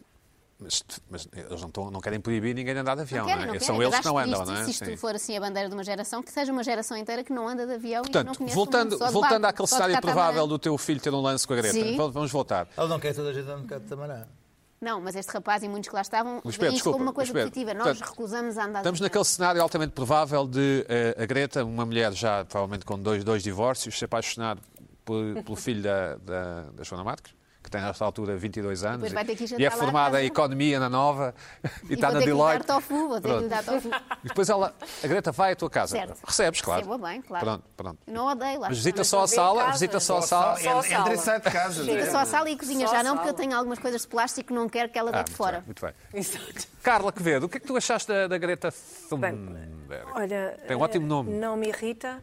[SPEAKER 1] Mas, mas eles não, estão, não querem proibir ninguém de andar de avião,
[SPEAKER 2] Não querem,
[SPEAKER 1] não é?
[SPEAKER 2] não
[SPEAKER 1] São
[SPEAKER 2] querem,
[SPEAKER 1] eles
[SPEAKER 2] mas
[SPEAKER 1] que não
[SPEAKER 2] acho
[SPEAKER 1] andam,
[SPEAKER 2] isto,
[SPEAKER 1] não é?
[SPEAKER 2] Se isto
[SPEAKER 1] Sim.
[SPEAKER 2] for assim a bandeira de uma geração, que seja uma geração inteira que não anda de avião e que não
[SPEAKER 1] Portanto,
[SPEAKER 2] conhece
[SPEAKER 1] voltando,
[SPEAKER 2] o mundo, só de
[SPEAKER 1] voltando
[SPEAKER 2] barco,
[SPEAKER 1] àquele
[SPEAKER 2] só de
[SPEAKER 1] cenário
[SPEAKER 2] catamarã.
[SPEAKER 1] provável do teu filho ter um lance com a Greta,
[SPEAKER 2] Sim.
[SPEAKER 1] vamos voltar.
[SPEAKER 5] Ele não quer toda a gente andando de catamarã.
[SPEAKER 2] Não, mas este rapaz e muitos que lá estavam
[SPEAKER 1] Luís Pedro,
[SPEAKER 2] veem isto
[SPEAKER 1] desculpa,
[SPEAKER 2] como uma coisa
[SPEAKER 1] Luís Pedro.
[SPEAKER 2] positiva. Nós
[SPEAKER 1] Portanto,
[SPEAKER 2] recusamos a andar
[SPEAKER 1] Estamos
[SPEAKER 2] de
[SPEAKER 1] naquele cenário altamente provável de eh, a Greta, uma mulher já provavelmente com dois, dois divórcios, se apaixonar por- pelo filho da, da, da Joana Marques, que tem nesta altura vinte e dois anos,
[SPEAKER 2] Depois vai ter que ir
[SPEAKER 1] e
[SPEAKER 2] jantar
[SPEAKER 1] é
[SPEAKER 2] lá à
[SPEAKER 1] formada
[SPEAKER 2] casa.
[SPEAKER 1] em economia na Nova e,
[SPEAKER 2] E
[SPEAKER 1] está
[SPEAKER 2] vou
[SPEAKER 1] na
[SPEAKER 2] ter que lhe dar
[SPEAKER 1] Deloitte.
[SPEAKER 2] tofu, vou ter que lhe dar tofu.
[SPEAKER 1] E depois ela, a Greta vai à tua casa.
[SPEAKER 2] Certo.
[SPEAKER 1] Recebes, claro.
[SPEAKER 2] Recebo bem, claro.
[SPEAKER 1] Pronto, pronto.
[SPEAKER 2] Eu não odeio lá.
[SPEAKER 1] Mas visita
[SPEAKER 2] Mas
[SPEAKER 1] só a
[SPEAKER 4] vou ver em
[SPEAKER 1] sala,
[SPEAKER 4] casa.
[SPEAKER 1] visita só a
[SPEAKER 3] Só-
[SPEAKER 1] sala.
[SPEAKER 4] Só a
[SPEAKER 3] Entra e
[SPEAKER 4] sala.
[SPEAKER 3] sai de casa.
[SPEAKER 2] Fica
[SPEAKER 3] né?
[SPEAKER 2] só a sala e cozinha
[SPEAKER 4] Só
[SPEAKER 2] já
[SPEAKER 4] a
[SPEAKER 2] não, porque eu
[SPEAKER 4] sala.
[SPEAKER 2] tenho algumas coisas de plástico que não quero que ela
[SPEAKER 1] Ah,
[SPEAKER 2] deite
[SPEAKER 1] muito
[SPEAKER 2] fora.
[SPEAKER 1] bem, muito bem.
[SPEAKER 4] Exato.
[SPEAKER 1] Carla Quevedo, o que é que tu achaste da, da Greta
[SPEAKER 4] Bem,
[SPEAKER 1] Thunberg?
[SPEAKER 4] olha,
[SPEAKER 1] Tem um ótimo
[SPEAKER 4] eh,
[SPEAKER 1] nome.
[SPEAKER 4] Não me irrita.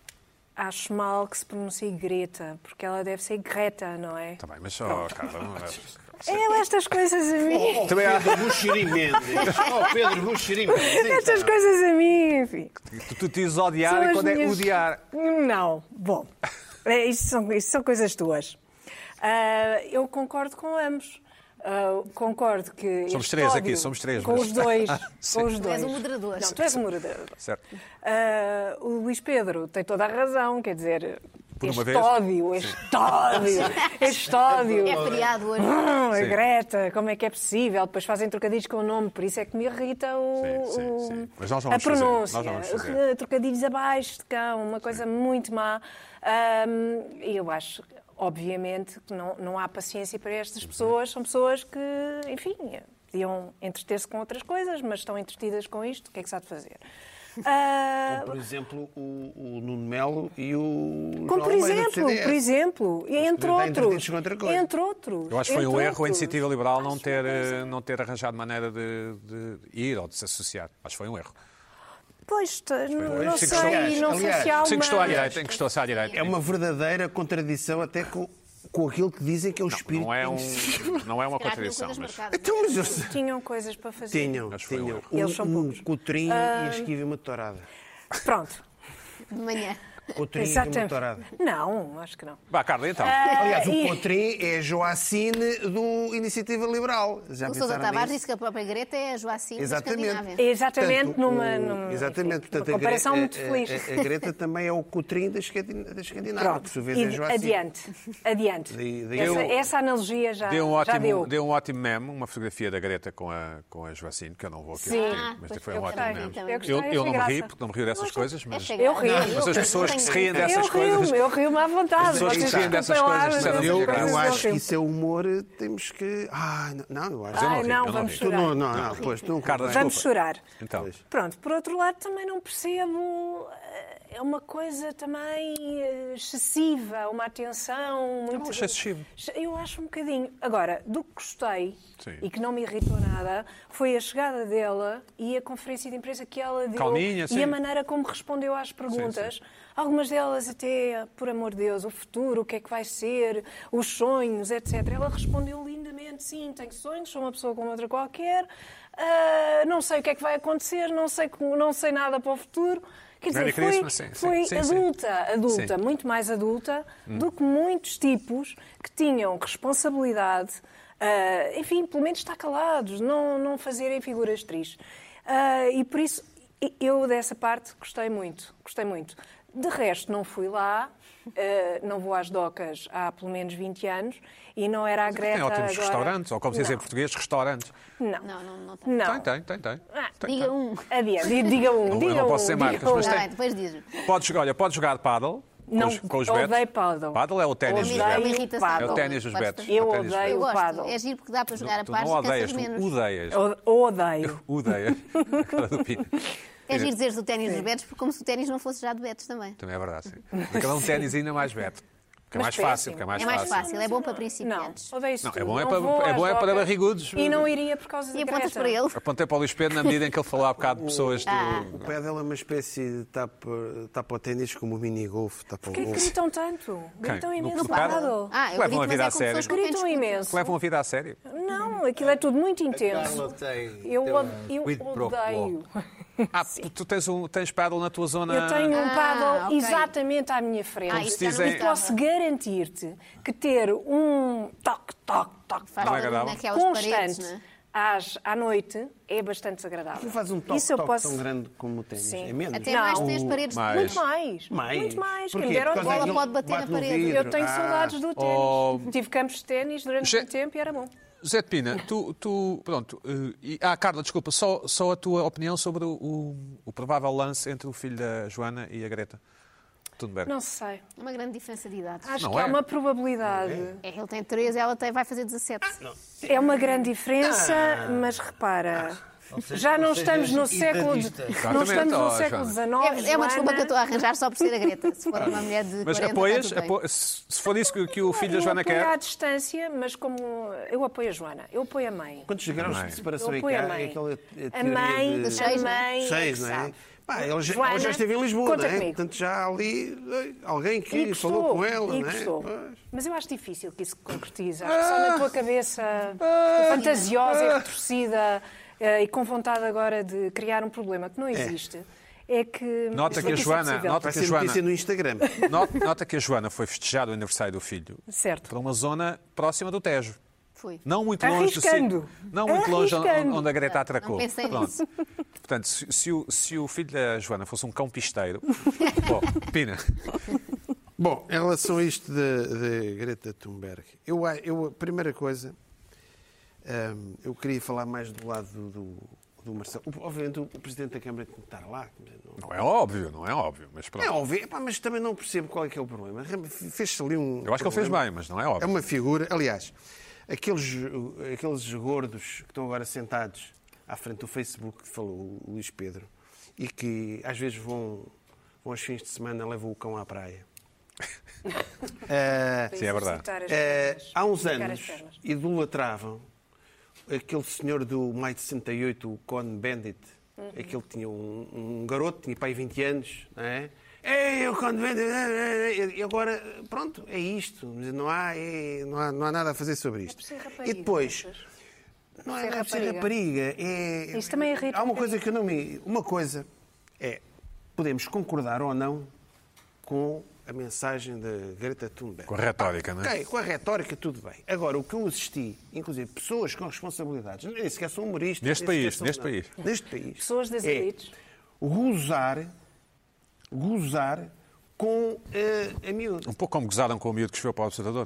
[SPEAKER 4] Acho mal que se pronuncie Greta, porque ela deve ser Greta, não é?
[SPEAKER 1] Está bem, mas só, Carla, não é...
[SPEAKER 4] É estas coisas a mim.
[SPEAKER 1] Também há...
[SPEAKER 3] Pedro Buxeri Mendes. Oh, Pedro Buxeri Mendes.
[SPEAKER 4] Estas
[SPEAKER 3] então.
[SPEAKER 4] coisas a mim, enfim.
[SPEAKER 1] Tu, tu dizes odiar
[SPEAKER 4] São
[SPEAKER 1] e
[SPEAKER 4] as
[SPEAKER 1] quando é
[SPEAKER 4] minhas-
[SPEAKER 1] odiar.
[SPEAKER 4] Não, bom. É, isto, são, isto são coisas tuas. Ah, eu concordo com ambos. Ah, concordo que.
[SPEAKER 1] Somos
[SPEAKER 4] este
[SPEAKER 1] três
[SPEAKER 4] ódio
[SPEAKER 1] aqui, somos três,
[SPEAKER 4] Com
[SPEAKER 1] mas-
[SPEAKER 4] os dois.
[SPEAKER 1] Sim.
[SPEAKER 4] com os
[SPEAKER 2] Tu
[SPEAKER 4] dois.
[SPEAKER 2] és o moderador.
[SPEAKER 4] Não, tu és o moderador.
[SPEAKER 1] Certo.
[SPEAKER 4] Ah, o Luís Pedro tem toda a razão, quer dizer.
[SPEAKER 1] Por uma
[SPEAKER 4] este
[SPEAKER 1] vez.
[SPEAKER 4] ódio, este ódio, este ódio.
[SPEAKER 2] É feriado hoje.
[SPEAKER 4] Hum, a
[SPEAKER 1] Sim.
[SPEAKER 4] Greta, como é que é possível? Depois fazem trocadilhos com o nome, por isso é que me irrita o,
[SPEAKER 1] Sim, sim,
[SPEAKER 4] o-
[SPEAKER 1] sim. Mas nós não
[SPEAKER 4] a
[SPEAKER 1] vamos fazer,
[SPEAKER 4] pronúncia.
[SPEAKER 1] nós não vamos fazer.
[SPEAKER 4] Trocadilhos abaixo de cão, uma coisa muito má. Hum, E eu acho, obviamente, que não, não há paciência para estas pessoas. São pessoas que, enfim, podiam entreter-se com outras coisas, mas estão entretidas com isto. O que é que se há de fazer? Ah,
[SPEAKER 3] Por exemplo, o, o Nuno Melo e o.
[SPEAKER 4] Como
[SPEAKER 3] João
[SPEAKER 4] por
[SPEAKER 3] Almeida do
[SPEAKER 4] exemplo,
[SPEAKER 3] C D S.
[SPEAKER 4] por exemplo, e entre
[SPEAKER 3] podiam estar entretidos
[SPEAKER 4] outros,
[SPEAKER 3] com outra coisa.
[SPEAKER 4] entre outros.
[SPEAKER 1] Eu acho que foi um
[SPEAKER 4] entre
[SPEAKER 1] erro a
[SPEAKER 4] outros.
[SPEAKER 1] iniciativa liberal não
[SPEAKER 4] Acho
[SPEAKER 1] ter,
[SPEAKER 4] uma coisa-
[SPEAKER 1] eh, não ter arranjado maneira de, de ir ou de se associar. Acho que foi um erro.
[SPEAKER 4] Pois, t- não, não
[SPEAKER 1] Sim,
[SPEAKER 4] sei,
[SPEAKER 3] aliás,
[SPEAKER 4] não sei
[SPEAKER 3] aliás,
[SPEAKER 4] se há
[SPEAKER 1] Sim, encostou à
[SPEAKER 4] uma...
[SPEAKER 1] direita, encostou-se à direita.
[SPEAKER 3] É uma verdadeira contradição até com, com aquilo que dizem que é o espírito.
[SPEAKER 1] Não é, um, não é uma
[SPEAKER 2] Se calhar tinham
[SPEAKER 1] contradição,
[SPEAKER 2] coisas
[SPEAKER 1] mas...
[SPEAKER 2] marcadas.
[SPEAKER 3] Então, mas eu...
[SPEAKER 4] Tinham coisas para fazer.
[SPEAKER 3] Tinham,
[SPEAKER 1] Acho que foi um
[SPEAKER 3] tinham.
[SPEAKER 1] erro.
[SPEAKER 3] Um,
[SPEAKER 4] Eles são
[SPEAKER 3] um
[SPEAKER 4] poucos.
[SPEAKER 3] cotrim e a esquiva e uma tourada.
[SPEAKER 4] Pronto.
[SPEAKER 2] De manhã.
[SPEAKER 3] Coutrinho e
[SPEAKER 4] Exatamente.
[SPEAKER 3] Motorada.
[SPEAKER 4] Não, acho que não.
[SPEAKER 1] Vá, Carla, então.
[SPEAKER 3] Aliás, o
[SPEAKER 4] e-
[SPEAKER 3] Coutrinho é Joacine do Iniciativa Liberal. Já
[SPEAKER 2] O Sousa
[SPEAKER 3] pensaram
[SPEAKER 2] Tavares
[SPEAKER 3] nisso?
[SPEAKER 2] disse que a própria Greta é a Joacine da
[SPEAKER 3] Exatamente.
[SPEAKER 2] Escandinávia.
[SPEAKER 4] Exatamente,
[SPEAKER 3] Portanto,
[SPEAKER 4] numa,
[SPEAKER 3] o-
[SPEAKER 4] numa,
[SPEAKER 3] Exatamente.
[SPEAKER 4] enfim,
[SPEAKER 3] Portanto,
[SPEAKER 4] uma
[SPEAKER 3] a Gre-
[SPEAKER 4] comparação
[SPEAKER 3] a-
[SPEAKER 4] muito
[SPEAKER 3] a-
[SPEAKER 4] feliz.
[SPEAKER 3] A, a Greta também é o Coutrinho da Escandin- da Escandinávia,
[SPEAKER 4] Pronto,
[SPEAKER 3] que por sua vez é
[SPEAKER 4] e
[SPEAKER 3] Joacine.
[SPEAKER 4] adiante, adiante.
[SPEAKER 3] Daí- daí-
[SPEAKER 4] essa,
[SPEAKER 1] Deu-
[SPEAKER 4] essa analogia já,
[SPEAKER 1] Deu um,
[SPEAKER 4] já
[SPEAKER 1] ótimo,
[SPEAKER 4] deu.
[SPEAKER 1] deu um ótimo meme, uma fotografia da Greta com a, com a Joacine, que eu não vou aqui
[SPEAKER 4] Sim.
[SPEAKER 1] repetir,
[SPEAKER 2] Ah,
[SPEAKER 1] mas
[SPEAKER 2] pois
[SPEAKER 1] foi
[SPEAKER 2] eu
[SPEAKER 1] um ótimo
[SPEAKER 2] gostei
[SPEAKER 1] meme.
[SPEAKER 2] também.
[SPEAKER 4] Eu gostei,
[SPEAKER 1] Eu, eu
[SPEAKER 4] achei
[SPEAKER 1] não me ri,
[SPEAKER 4] graça.
[SPEAKER 1] porque não me rio dessas coisas,
[SPEAKER 2] É
[SPEAKER 1] mas,
[SPEAKER 2] chegar.
[SPEAKER 4] Eu rio.
[SPEAKER 1] mas as pessoas que se riem dessas
[SPEAKER 4] Eu
[SPEAKER 1] coisas...
[SPEAKER 4] rio, eu rio-me à vontade.
[SPEAKER 1] As pessoas que
[SPEAKER 4] Vocês
[SPEAKER 1] se riem dessas
[SPEAKER 4] desculpem lá,
[SPEAKER 1] coisas,
[SPEAKER 4] mas
[SPEAKER 1] disseram
[SPEAKER 3] Eu,
[SPEAKER 1] Mas
[SPEAKER 3] eu
[SPEAKER 1] eu
[SPEAKER 3] acho que
[SPEAKER 4] rio.
[SPEAKER 3] isso é humor, temos que. Ah, não, não, eu acho.
[SPEAKER 1] eu não
[SPEAKER 4] Ai,
[SPEAKER 1] rio,
[SPEAKER 4] não,
[SPEAKER 1] eu não
[SPEAKER 4] vamos
[SPEAKER 1] rio.
[SPEAKER 3] Tu
[SPEAKER 4] chorar.
[SPEAKER 3] não, não, não, pois tu.
[SPEAKER 1] Carla,
[SPEAKER 4] Vamos
[SPEAKER 1] desculpa.
[SPEAKER 4] chorar.
[SPEAKER 1] Então,
[SPEAKER 4] Pronto, por outro lado, também não percebo. eh, É uma coisa também eh, excessiva, uma atenção muito.
[SPEAKER 1] Eu não achei excessivo.
[SPEAKER 4] Eu acho um bocadinho. Agora, do que gostei
[SPEAKER 1] Sim.
[SPEAKER 4] e que não me irritou nada foi a chegada dela e a conferência de imprensa que ela deu
[SPEAKER 1] Calminha, sim.
[SPEAKER 4] e a maneira como respondeu às perguntas. Algumas delas até, por amor de Deus, o futuro, o que é que vai ser, os sonhos, etcétera. Ela respondeu lindamente, sim, tenho sonhos, sou uma pessoa como outra qualquer, ah, não sei o que é que vai acontecer, não sei, como- não sei nada para o futuro. Quer dizer,
[SPEAKER 1] Merry
[SPEAKER 4] foi,
[SPEAKER 1] Christmas, sim, sim,
[SPEAKER 4] foi
[SPEAKER 1] sim, sim.
[SPEAKER 4] adulta, adulta,
[SPEAKER 1] Sim.
[SPEAKER 4] muito mais adulta do que muitos tipos que tinham responsabilidade, ah, enfim, pelo menos estar calados, não, não fazerem figuras tristes. Ah, e por isso, eu dessa parte gostei muito, gostei muito. De resto, não fui lá, ah, não vou às docas há pelo menos vinte anos e não era a Greta
[SPEAKER 1] tem ótimos
[SPEAKER 4] agora...
[SPEAKER 1] restaurantes, ou como se diz em
[SPEAKER 4] Não.
[SPEAKER 1] português, restaurantes.
[SPEAKER 4] Não,
[SPEAKER 2] Não, não, não tem.
[SPEAKER 4] não.
[SPEAKER 1] Tem, tem, tem, tem.
[SPEAKER 4] Ah,
[SPEAKER 1] Tem,
[SPEAKER 2] Diga
[SPEAKER 1] tem.
[SPEAKER 2] um.
[SPEAKER 4] Adiante, di- diga um,
[SPEAKER 1] Não-
[SPEAKER 4] diga
[SPEAKER 1] eu não posso
[SPEAKER 4] um,
[SPEAKER 1] dizer
[SPEAKER 4] diga
[SPEAKER 1] marcas,
[SPEAKER 4] um.
[SPEAKER 1] mas tem-
[SPEAKER 2] Não, depois diz-me.
[SPEAKER 1] Podes, olha, podes jogar paddle com
[SPEAKER 4] Não,
[SPEAKER 1] os, com os
[SPEAKER 4] eu
[SPEAKER 1] betos.
[SPEAKER 4] odeio paddle.
[SPEAKER 1] Paddle é o ténis dos
[SPEAKER 4] Odeio
[SPEAKER 2] É uma
[SPEAKER 1] betos.
[SPEAKER 2] irritação.
[SPEAKER 4] paddle.
[SPEAKER 1] É o ténis dos
[SPEAKER 2] Podes
[SPEAKER 1] betos.
[SPEAKER 2] fazer.
[SPEAKER 1] É
[SPEAKER 4] Eu
[SPEAKER 1] o ténis dos
[SPEAKER 4] odeio
[SPEAKER 2] Eu
[SPEAKER 1] betos.
[SPEAKER 4] o
[SPEAKER 2] gosto.
[SPEAKER 4] paddle.
[SPEAKER 2] É giro porque dá para jogar a
[SPEAKER 1] Tu
[SPEAKER 2] paz
[SPEAKER 1] não
[SPEAKER 2] e cansas
[SPEAKER 1] odeias, tu
[SPEAKER 2] menos.
[SPEAKER 1] odeias.
[SPEAKER 4] Eu odeio.
[SPEAKER 1] Odeia. A cara do Pina.
[SPEAKER 2] É giro dizeres do ténis dos betos, porque como se o ténis não fosse já de betos também.
[SPEAKER 1] Também é verdade, sim. Aquele é um ténis ainda mais beto. Que é
[SPEAKER 4] Mas
[SPEAKER 1] mais
[SPEAKER 4] péssimo.
[SPEAKER 1] fácil, que é mais
[SPEAKER 2] É mais
[SPEAKER 1] fácil.
[SPEAKER 2] fácil, é bom para
[SPEAKER 4] Não,
[SPEAKER 2] principiantes.
[SPEAKER 4] odeio isso
[SPEAKER 1] Não, é
[SPEAKER 4] tudo.
[SPEAKER 1] bom é
[SPEAKER 4] Não
[SPEAKER 1] para-
[SPEAKER 4] vou
[SPEAKER 1] é
[SPEAKER 4] às
[SPEAKER 1] bom é para
[SPEAKER 4] docas
[SPEAKER 1] barrigudos.
[SPEAKER 4] E não iria por causa da
[SPEAKER 2] E apontas
[SPEAKER 4] Greta.
[SPEAKER 2] para ele.
[SPEAKER 1] Apontei para o Luís Pedro na medida em que ele falou há bocado de pessoas do...
[SPEAKER 2] Ah.
[SPEAKER 3] O pé dela é uma espécie de tapa, tapa ao ténis como o mini-golf, tapa ao
[SPEAKER 4] Porquê que
[SPEAKER 3] golfe.
[SPEAKER 4] gritam tanto? Gritam
[SPEAKER 1] No-
[SPEAKER 4] imenso
[SPEAKER 1] no
[SPEAKER 4] no
[SPEAKER 1] paddle?
[SPEAKER 4] paddle.
[SPEAKER 2] Ah, eu
[SPEAKER 1] Levam
[SPEAKER 2] grito,
[SPEAKER 1] a
[SPEAKER 2] mas
[SPEAKER 1] vida
[SPEAKER 2] é
[SPEAKER 1] a
[SPEAKER 2] com
[SPEAKER 1] sério.
[SPEAKER 2] pessoas com quem
[SPEAKER 4] Gritam
[SPEAKER 2] discuto.
[SPEAKER 4] imenso.
[SPEAKER 1] Levam a vida a sério.
[SPEAKER 4] Não, aquilo é tudo muito intenso.
[SPEAKER 5] Carla tem-
[SPEAKER 4] Eu,
[SPEAKER 5] tem
[SPEAKER 4] od-
[SPEAKER 5] um
[SPEAKER 4] eu
[SPEAKER 5] quid pro quo.
[SPEAKER 4] odeio.
[SPEAKER 1] Ah, tu tens, um, tens paddle na tua zona...
[SPEAKER 4] Eu tenho um
[SPEAKER 2] Ah,
[SPEAKER 4] paddle
[SPEAKER 2] ok.
[SPEAKER 4] exatamente à minha frente.
[SPEAKER 2] Ah, isso
[SPEAKER 1] se
[SPEAKER 2] já não
[SPEAKER 1] dizem-
[SPEAKER 4] E posso garantir-te que ter um toque, toque, toque,
[SPEAKER 2] Faz
[SPEAKER 1] Não é
[SPEAKER 2] barulho
[SPEAKER 1] agradável?
[SPEAKER 2] naquelas paredes,
[SPEAKER 4] constante
[SPEAKER 2] não é?
[SPEAKER 4] às, à noite é bastante desagradável.
[SPEAKER 3] Não faz um toque,
[SPEAKER 4] Isso eu
[SPEAKER 3] toque
[SPEAKER 4] posso...
[SPEAKER 3] tão grande como o ténis.
[SPEAKER 4] Sim.
[SPEAKER 3] É menos.
[SPEAKER 2] Até
[SPEAKER 4] Não.
[SPEAKER 2] mais três paredes de
[SPEAKER 1] Mais.
[SPEAKER 4] Muito mais.
[SPEAKER 3] Mais?
[SPEAKER 4] Muito mais. Quem
[SPEAKER 3] Porquê?
[SPEAKER 4] me dera
[SPEAKER 3] Por
[SPEAKER 4] a
[SPEAKER 3] causa
[SPEAKER 2] bola
[SPEAKER 3] daquele
[SPEAKER 2] pode bater na
[SPEAKER 3] bate no
[SPEAKER 2] parede.
[SPEAKER 3] vidro.
[SPEAKER 4] Eu tenho
[SPEAKER 3] Ah.
[SPEAKER 4] saudades do ténis.
[SPEAKER 1] Oh.
[SPEAKER 4] Tive campos de ténis durante
[SPEAKER 1] Já-
[SPEAKER 4] muito tempo e era bom.
[SPEAKER 1] Zé de Pina, tu, tu pronto, eh, e, ah, Carla, desculpa, só, só a tua opinião sobre o, o, o provável lance entre o filho da Joana e a Greta Thunberg.
[SPEAKER 4] Não sei.
[SPEAKER 2] Uma grande diferença de idades.
[SPEAKER 4] Acho
[SPEAKER 1] Não
[SPEAKER 4] que
[SPEAKER 1] é?
[SPEAKER 4] há uma probabilidade.
[SPEAKER 2] É, ele tem treze, ela tem, vai fazer dezassete.
[SPEAKER 4] É uma grande diferença, mas repara,
[SPEAKER 5] seja,
[SPEAKER 4] já não
[SPEAKER 5] não sejas
[SPEAKER 4] estamos no século de-
[SPEAKER 5] idadista.
[SPEAKER 4] não
[SPEAKER 1] Exatamente,
[SPEAKER 4] estamos no
[SPEAKER 1] ó,
[SPEAKER 4] século
[SPEAKER 1] Joana.
[SPEAKER 4] dezenove.
[SPEAKER 2] É, é uma desculpa
[SPEAKER 4] Joana.
[SPEAKER 2] que eu estou a arranjar só por ser a Greta. Se for uma mulher de
[SPEAKER 1] Mas
[SPEAKER 2] quarenta,
[SPEAKER 1] apoias,
[SPEAKER 2] está tudo bem.
[SPEAKER 1] apo- se se for isso que, que o filho da
[SPEAKER 4] Eu
[SPEAKER 1] Joana
[SPEAKER 4] apoio à
[SPEAKER 1] quer,
[SPEAKER 4] distância, mas como eu apoio a Joana, eu apoio a mãe.
[SPEAKER 3] Quantos graus
[SPEAKER 1] Mãe.
[SPEAKER 3] de separação
[SPEAKER 4] Eu
[SPEAKER 3] é que
[SPEAKER 4] apoio a
[SPEAKER 3] há?
[SPEAKER 4] mãe.
[SPEAKER 3] É aquela
[SPEAKER 4] A
[SPEAKER 3] teoria
[SPEAKER 4] mãe,
[SPEAKER 3] de...
[SPEAKER 2] de seis,
[SPEAKER 4] a
[SPEAKER 2] não é?
[SPEAKER 4] mãe,
[SPEAKER 3] Seis,
[SPEAKER 4] é
[SPEAKER 3] não
[SPEAKER 4] que
[SPEAKER 3] é?
[SPEAKER 4] sabe.
[SPEAKER 3] Pá, ele já,
[SPEAKER 4] Joana,
[SPEAKER 3] ela já esteve em Lisboa,
[SPEAKER 4] conta
[SPEAKER 3] não é?
[SPEAKER 4] comigo.
[SPEAKER 3] Portanto, já há ali eh, alguém que,
[SPEAKER 4] E gostou,
[SPEAKER 3] falou com ela,
[SPEAKER 4] e
[SPEAKER 3] não é?
[SPEAKER 4] gostou.
[SPEAKER 3] Pois.
[SPEAKER 4] Mas eu acho difícil que isso se concretize. Acho que só na tua cabeça fantasiosa e retorcida eh, e com vontade agora de criar um problema que não existe, é, que.
[SPEAKER 1] Nota
[SPEAKER 4] é
[SPEAKER 1] que a
[SPEAKER 4] isso é
[SPEAKER 1] Joana-
[SPEAKER 4] possível.
[SPEAKER 1] nota
[SPEAKER 3] Vai
[SPEAKER 1] que a
[SPEAKER 3] ser
[SPEAKER 1] Joana-
[SPEAKER 3] notícia no Instagram.
[SPEAKER 1] nota, nota que a Joana foi festejar o aniversário do filho
[SPEAKER 4] Certo.
[SPEAKER 1] para uma zona próxima do Tejo.
[SPEAKER 2] Fui.
[SPEAKER 1] Não muito longe do
[SPEAKER 4] Arriscando.
[SPEAKER 1] sítio. Não muito longe onde,
[SPEAKER 4] Arriscando.
[SPEAKER 1] onde a Greta atracou.
[SPEAKER 2] Não pensei
[SPEAKER 1] Pronto.
[SPEAKER 2] nisso.
[SPEAKER 1] Portanto, se, se o, se o filho da Joana fosse um cão pisteiro. Bom, Pina.
[SPEAKER 3] Bom, em relação a isto da Greta Thunberg, eu, eu, a primeira coisa, hum, eu queria falar mais do lado do, do, do Marcelo. O- Obviamente, o, o Presidente da Câmara tem que estar lá. Não,
[SPEAKER 1] Não é óbvio, não é óbvio. Mas pronto.
[SPEAKER 3] é óbvio, epá, mas também não percebo qual é que é o problema. Fez-se ali um.
[SPEAKER 1] Eu acho que ele fez
[SPEAKER 3] problema.
[SPEAKER 1] bem, mas não é
[SPEAKER 3] É
[SPEAKER 1] óbvio.
[SPEAKER 3] uma figura. Aliás, aqueles, aqueles gordos que estão agora sentados à frente do Facebook, que falou o Luís Pedro, e que às vezes vão, vão aos fins de semana, levam o cão à praia. Eh,
[SPEAKER 1] Sim, é verdade.
[SPEAKER 4] Exercitar as
[SPEAKER 3] eh,
[SPEAKER 4] pernas,
[SPEAKER 3] há uns
[SPEAKER 4] esticar as
[SPEAKER 3] anos
[SPEAKER 4] pernas.
[SPEAKER 3] idolatravam aquele senhor do Maio de sessenta e oito, o Cohn Bendit, aquele que tinha um, um garoto, tinha pai vinte anos, não é? Ei, o Cohn Bendit, e agora, pronto, é isto, não há, é, não há, não há nada a fazer sobre isto.
[SPEAKER 4] por ser rapariga,
[SPEAKER 3] E depois,
[SPEAKER 4] achas?
[SPEAKER 3] não
[SPEAKER 4] Ser
[SPEAKER 3] é, não é por ser
[SPEAKER 4] rapariga.
[SPEAKER 3] rapariga, é...
[SPEAKER 4] Isso também irrita
[SPEAKER 3] Há uma
[SPEAKER 4] um
[SPEAKER 3] coisa que eu não me... Uma coisa é, podemos concordar ou não com a mensagem da Greta Thunberg.
[SPEAKER 1] Com a retórica,
[SPEAKER 3] ah,
[SPEAKER 1] não é?
[SPEAKER 3] Ok, com a retórica tudo bem. Agora, o que eu assisti, inclusive pessoas com responsabilidades, nem sequer são humoristas...
[SPEAKER 1] Neste
[SPEAKER 3] nem sequer
[SPEAKER 1] país,
[SPEAKER 3] são
[SPEAKER 1] neste
[SPEAKER 3] nada.
[SPEAKER 1] país.
[SPEAKER 3] Neste país.
[SPEAKER 4] Pessoas das
[SPEAKER 3] é
[SPEAKER 4] elites.
[SPEAKER 3] gozar, gozar com uh, a miúda.
[SPEAKER 1] Um pouco como gozaram com o miúdo que escreveu para o Observador.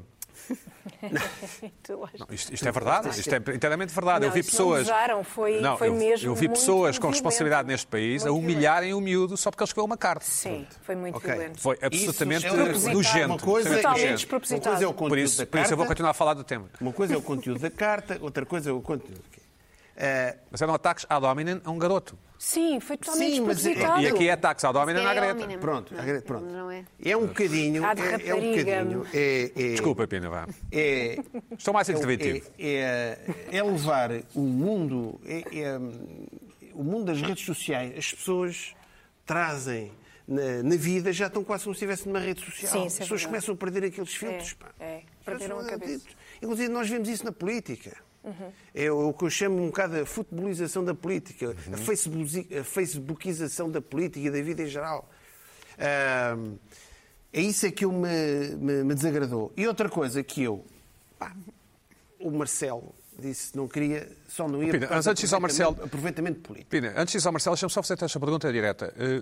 [SPEAKER 1] Não, isto, isto é verdade, isto é inteiramente verdade.
[SPEAKER 4] Não,
[SPEAKER 1] eu vi
[SPEAKER 4] isso
[SPEAKER 1] pessoas.
[SPEAKER 4] não gozaram, foi-
[SPEAKER 1] Não,
[SPEAKER 4] foi
[SPEAKER 1] eu,
[SPEAKER 4] mesmo
[SPEAKER 1] eu vi
[SPEAKER 4] muito
[SPEAKER 1] pessoas com
[SPEAKER 4] violento.
[SPEAKER 1] responsabilidade neste país a
[SPEAKER 4] Muito
[SPEAKER 1] humilharem o miúdo só porque ele escreveu uma carta.
[SPEAKER 4] Sim, foi muito
[SPEAKER 3] Ok.
[SPEAKER 4] violento.
[SPEAKER 1] Foi absolutamente
[SPEAKER 3] Isso é
[SPEAKER 1] nojento.
[SPEAKER 3] uma coisa,
[SPEAKER 1] absolutamente
[SPEAKER 4] Totalmente
[SPEAKER 1] nojento.
[SPEAKER 4] despropositado.
[SPEAKER 3] uma coisa é o
[SPEAKER 1] Por
[SPEAKER 3] conteúdo
[SPEAKER 1] isso,
[SPEAKER 3] da
[SPEAKER 1] por isso eu vou
[SPEAKER 3] carta,
[SPEAKER 1] continuar a falar do tema.
[SPEAKER 3] uma coisa é o conteúdo da carta, outra coisa é o conteúdo. Uh,
[SPEAKER 1] Mas eram ataques ad hominem a um garoto.
[SPEAKER 4] Sim, foi totalmente
[SPEAKER 3] Sim, mas é-
[SPEAKER 4] despropositado.
[SPEAKER 1] E aqui é ataques ad hominem na
[SPEAKER 2] É
[SPEAKER 1] Greta.
[SPEAKER 2] hominem.
[SPEAKER 3] Pronto,
[SPEAKER 2] Não,
[SPEAKER 3] a Greta- pronto.
[SPEAKER 2] não é.
[SPEAKER 3] É um bocadinho.
[SPEAKER 4] Ah, de
[SPEAKER 3] é, é um
[SPEAKER 4] rapariga.
[SPEAKER 3] bocadinho. É, é,
[SPEAKER 1] Desculpa, Pina, vá.
[SPEAKER 3] É,
[SPEAKER 1] Estou mais
[SPEAKER 3] é,
[SPEAKER 1] interventivo.
[SPEAKER 3] é, é levar o mundo. É, é, o mundo das redes sociais, as pessoas trazem na, na vida, já estão quase como se estivessem numa rede social.
[SPEAKER 4] Sim,
[SPEAKER 3] as
[SPEAKER 4] isso é
[SPEAKER 3] pessoas
[SPEAKER 4] verdade.
[SPEAKER 3] começam a perder aqueles filtros.
[SPEAKER 4] É,
[SPEAKER 3] pá.
[SPEAKER 4] é.
[SPEAKER 3] As
[SPEAKER 4] Perderam
[SPEAKER 3] pessoas-
[SPEAKER 4] a cabeça.
[SPEAKER 3] Inclusive, nós vemos isso na política. É o que eu chamo um bocado a futebolização da política, a, Facebook, a facebookização da política e da vida em geral. Ah, é isso é que eu me, me, me desagradou. E outra coisa que eu... Pá, o Marcelo disse que não queria, só não ia...
[SPEAKER 1] Pina,
[SPEAKER 3] por causa
[SPEAKER 1] antes disso ao
[SPEAKER 3] de aproveitamento-
[SPEAKER 1] Marcelo-
[SPEAKER 3] Aproveitamento político.
[SPEAKER 1] Pina, antes disso, ao Marcelo, deixa-me só fazer esta pergunta direta. Uh,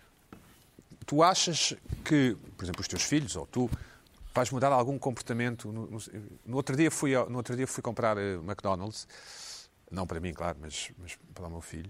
[SPEAKER 1] tu achas que, por exemplo, os teus filhos ou tu vais mudar algum comportamento? No, no, no outro dia fui, ao- no outro dia fui comprar uh, McDonald's, não para mim, claro, mas, mas para o meu filho,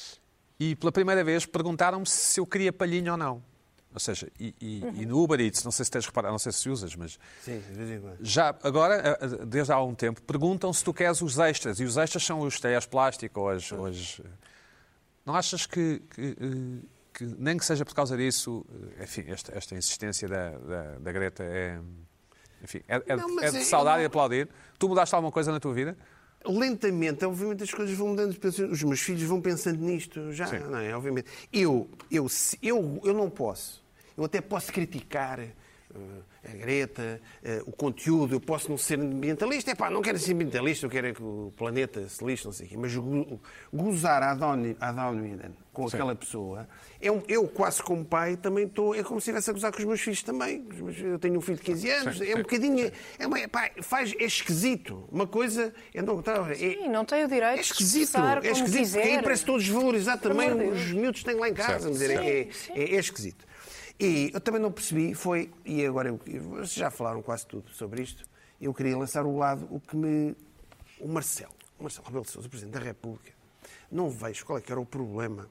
[SPEAKER 1] e pela primeira vez perguntaram-me se eu queria palhinha ou não. Ou seja, e, e,
[SPEAKER 4] Uhum.
[SPEAKER 1] e no Uber Eats, não sei se tens reparado, não sei se usas, mas
[SPEAKER 3] Sim, de vez em quando.
[SPEAKER 1] já agora, desde há algum tempo, perguntam se tu queres os extras. E os extras são os talheres plástico ou as... Ou as... Não achas que, que, eh, que, nem que seja por causa disso, eh, enfim, esta, esta insistência da, da, da Greta é... Enfim, é, é,
[SPEAKER 3] Não, mas
[SPEAKER 1] é de
[SPEAKER 3] eu
[SPEAKER 1] saudar
[SPEAKER 3] não-
[SPEAKER 1] e aplaudir. Tu mudaste alguma coisa na tua vida?
[SPEAKER 3] Lentamente, obviamente as coisas vão mudando, os meus filhos vão pensando nisto já,
[SPEAKER 1] Sim.
[SPEAKER 3] não é? Obviamente. Eu, eu, se- eu, eu não posso, eu até posso criticar uh, a Greta, uh, o conteúdo, eu posso não ser ambientalista, é pá, não quero ser ambientalista, eu quero é que o planeta se lixe, não sei o quê, mas go- gozar a Adoniran com
[SPEAKER 1] Sim.
[SPEAKER 3] aquela pessoa, é um- eu quase como pai também estou, é como se estivesse a gozar com os meus filhos também. Os meus- Eu tenho um filho de quinze anos,
[SPEAKER 1] Sim,
[SPEAKER 3] é um
[SPEAKER 1] sim,
[SPEAKER 3] bocadinho, é, uma, pá, faz, é esquisito. Uma coisa é não é,
[SPEAKER 4] Sim, não tem o direito
[SPEAKER 3] é
[SPEAKER 4] de
[SPEAKER 3] esquisito,
[SPEAKER 4] expressar
[SPEAKER 3] é
[SPEAKER 4] como
[SPEAKER 3] esquisito, porque aí
[SPEAKER 4] quiser.
[SPEAKER 3] parece que estou a desvalorizar também
[SPEAKER 4] Pelo amor de
[SPEAKER 3] os
[SPEAKER 4] Deus.
[SPEAKER 3] miúdos que têm lá em casa.
[SPEAKER 1] Certo.
[SPEAKER 3] Vamos dizer, é,
[SPEAKER 4] Sim,
[SPEAKER 3] é, é esquisito. E eu também não percebi, foi, e agora eu, vocês já falaram quase tudo sobre isto, eu queria lançar o lado, o que me. O Marcelo, o Marcelo Rebelo de Sousa, o Presidente da República, não vejo qual é que era o problema.